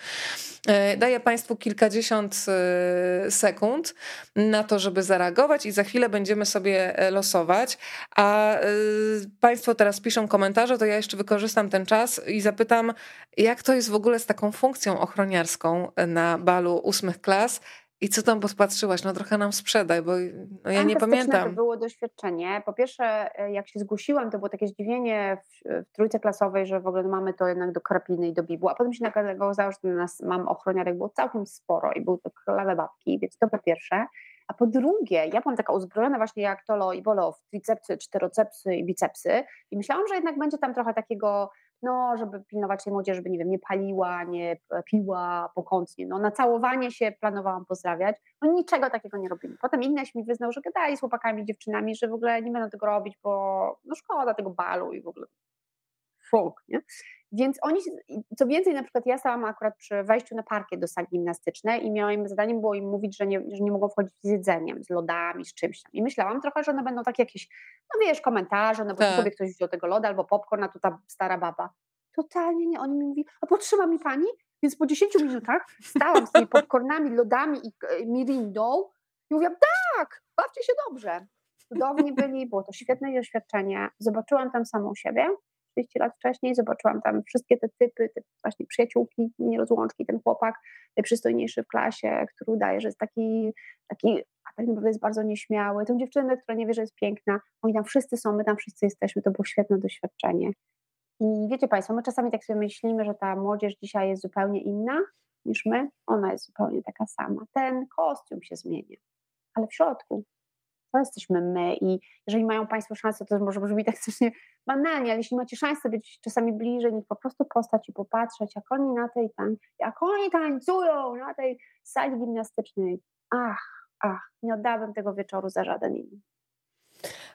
E, Daję Państwu kilkadziesiąt e, sekund na to, żeby zareagować i za chwilę będziemy sobie e, losować. A e, Państwo teraz piszą komentarze, to ja jeszcze wykorzystam ten czas i zapytam, jak to jest w ogóle z taką funkcją ochroniarską na balu ósmych klas i co tam podpatrzyłaś? No trochę nam sprzedaj, bo no, ja nie Fantastyczne to pamiętam. było doświadczenie. Po pierwsze, e, jak się zgłosiłam, to było takie zdziwienie w, w trójce klasowej, że w ogóle mamy to jednak do karabiny i do bibu, a potem się okazało, że nas mam ochroniarek było całkiem sporo i były to królowe babki, więc to po pierwsze. A po drugie, ja byłam taka uzbrojona właśnie jak Tolo i Bolo w tricepsy, czterocepsy i bicepsy i myślałam, że jednak będzie tam trochę takiego, no, żeby pilnować tej młodzieży, żeby, nie wiem, nie paliła, nie piła pokątnie. No, na całowanie się planowałam pozdrawiać. No niczego takiego nie robili. Potem inneś mi wyznał, że gadali z chłopakami, dziewczynami, że w ogóle nie będą tego robić, bo no szkoda tego balu i w ogóle folk, nie? Więc oni, co więcej, na przykład ja stałam akurat przy wejściu na parkiet do sali gimnastycznej i miałam zadaniem było im mówić, że nie, że nie mogą wchodzić z jedzeniem, z lodami, z czymś tam. I myślałam trochę, że one będą takie jakieś, no wiesz, komentarze, no bo tu Tak. sobie ktoś wziął tego loda albo popcorn, a tu ta stara baba. Totalnie nie. Oni mi mówi, a potrzyma mi pani? Więc po dziesięciu minutach stałam z tymi popcornami, lodami i e, mirindą i mówiłam, tak, bawcie się dobrze. Cudowni byli, było to świetne doświadczenie. Zobaczyłam tam samą siebie trzydzieści lat wcześniej, zobaczyłam tam wszystkie te typy, te właśnie przyjaciółki, nierozłączki, ten chłopak najprzystojniejszy w klasie, który udaje, że jest taki, taki a tak naprawdę jest bardzo nieśmiały, tę dziewczynę, która nie wie, że jest piękna, oni tam wszyscy są, my tam wszyscy jesteśmy, to było świetne doświadczenie. I wiecie Państwo, my czasami tak sobie myślimy, że ta młodzież dzisiaj jest zupełnie inna niż my, ona jest zupełnie taka sama, ten kostium się zmienia, ale w środku to jesteśmy my i jeżeli mają Państwo szansę, to może brzmi tak strasznie banalnie, ale jeśli macie szansę być czasami bliżej, niech po prostu postać i popatrzeć, jak oni na tej tań, jak oni tańcują na tej sali gimnastycznej. Ach, ach, nie oddałabym tego wieczoru za żaden inny.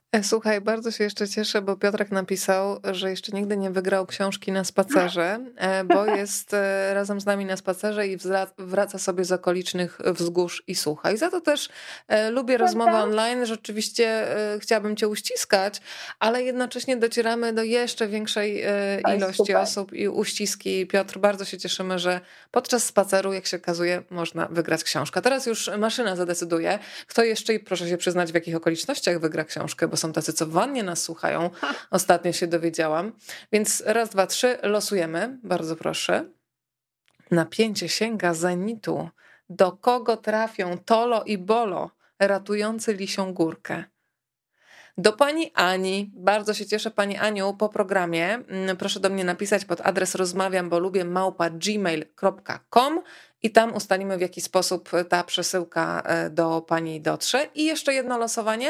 E, Słuchaj, bardzo się jeszcze cieszę, bo Piotrek napisał, że jeszcze nigdy nie wygrał książki na spacerze, e, bo jest e, razem z nami na spacerze i wzra- wraca sobie z okolicznych wzgórz i słucha. I za to też e, lubię rozmowy Prawda? online. Rzeczywiście e, chciałabym cię uściskać, ale jednocześnie docieramy do jeszcze większej e, To jest ilości super. osób i uściski. Piotr, bardzo się cieszymy, że podczas spaceru, jak się okazuje, można wygrać książkę. Teraz już maszyna zadecyduje, kto jeszcze i proszę się przyznać, w jakich okolicznościach wygra książkę, bo są tacy, co w wannie nas słuchają. Ostatnio się dowiedziałam. Więc raz, dwa, trzy, losujemy. Bardzo proszę. Napięcie sięga zenitu. Do kogo trafią Tolo i Bolo, ratujący lisią górkę? Do pani Ani. Bardzo się cieszę, pani Aniu, po programie. Mm, Proszę do mnie napisać pod adres rozmawiam, bo lubię małpa gmail kropka com i tam ustalimy, w jaki sposób ta przesyłka e, do pani dotrze. I jeszcze jedno losowanie.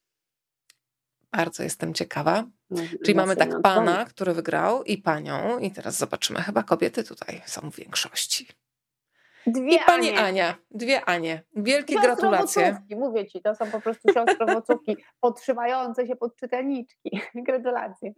Bardzo jestem ciekawa. Czyli mamy tak Maszyna pana, dzwoni. który wygrał i panią. I teraz zobaczymy. Chyba kobiety tutaj są w większości. Dwie I pani Anie. Ania. Dwie Anie. Wielkie gratulacje. Siostrowocówki, mówię ci, to są po prostu siostrowocówki podtrzymające się pod czytelniczki. Gratulacje.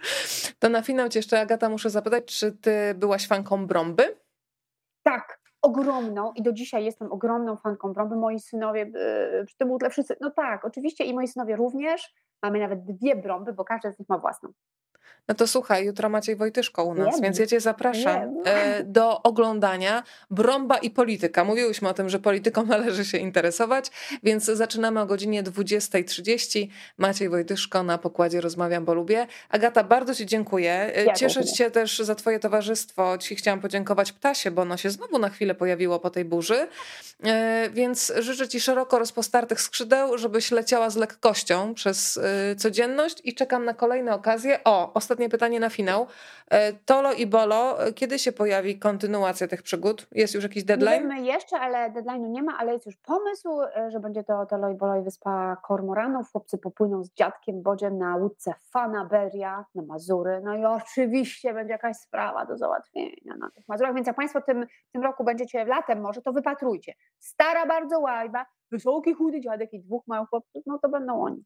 To na finał cię jeszcze, Agata, muszę zapytać, czy ty byłaś fanką Brąby? Tak, ogromną i do dzisiaj jestem ogromną fanką Brąby. Moi synowie yy, przy tym butle wszyscy, no tak, oczywiście i moi synowie również. Mamy nawet dwie Brąby, bo każdy z nich ma własną. No to słuchaj, jutro Maciej Wojtyszko u nas, Wiem, więc ja cię zapraszam wiem. e, do oglądania Brąba i polityka. Mówiłyśmy o tym, że polityką należy się interesować, więc zaczynamy o godzinie dwudziesta trzydzieści. Maciej Wojtyszko na pokładzie Rozmawiam, bo lubię. Agata, bardzo ci dziękuję. E, Ja Cieszę również. się też za twoje towarzystwo. Ci chciałam podziękować Ptasie, bo ono się znowu na chwilę pojawiło po tej burzy. E, Więc życzę ci szeroko rozpostartych skrzydeł, żebyś leciała z lekkością przez e, codzienność i czekam na kolejne okazje. O, ostatnie pytanie na finał. E, Tolo i Bolo, e, kiedy się pojawi kontynuacja tych przygód? Jest już jakiś Nie deadline? wiemy jeszcze, ale deadline'u nie ma, ale jest już pomysł, e, że będzie to Tolo i Bolo i Wyspa Kormoranów. Chłopcy popłyną z dziadkiem Bodziem na łódce Fanaberia na Mazury. No i oczywiście będzie jakaś sprawa do załatwienia na tych Mazurach, więc jak Państwo tym, w tym roku będziecie latem może, to wypatrujcie. Stara bardzo łajba, wysoki, chudy dziadek i dwóch małych chłopców, no to będą oni.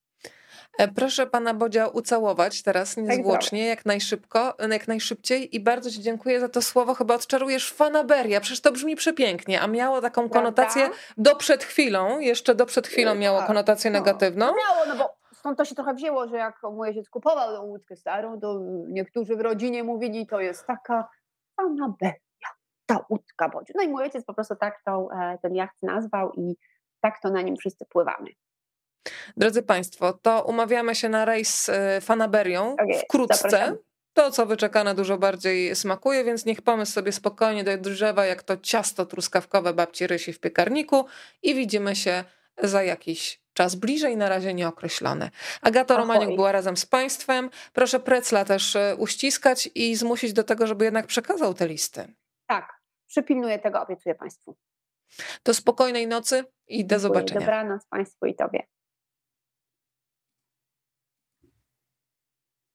E, Proszę pana Bodzia ucałować teraz Tak niezwłocznie, jak najszybko, jak najszybciej i bardzo ci dziękuję za to słowo. Chyba odczarujesz fanaberia. Przecież to brzmi przepięknie, a miało taką Prawda? konotację do przed chwilą, jeszcze do przed chwilą miało Tak, konotację no. negatywną. No miało, no bo stąd to się trochę wzięło, że jak mój ojciec kupował tą łódkę starą, to niektórzy w rodzinie mówili, to jest taka Fanaberia, ta łódka Bodziu. No i mój ojciec po prostu tak tą, e, ten jacht nazwał i tak to na nim wszyscy pływamy. Drodzy Państwo, to umawiamy się na rejs e, fanaberią Tak jest, wkrótce. zapraszam. To, co wyczekane, dużo bardziej smakuje, więc niech pomysł sobie spokojnie dojrzewa jak to ciasto truskawkowe babci Rysi w piekarniku i widzimy się za jakiś czas bliżej, na razie nieokreślony. Agata Ahoj. Romaniuk była razem z Państwem. Proszę Precla też e, uściskać i zmusić do tego, żeby jednak przekazał te listy. Tak, przypilnuję tego, obiecuję Państwu. Do spokojnej nocy i do Dziękuję. zobaczenia. Dobranoc Państwu i Tobie.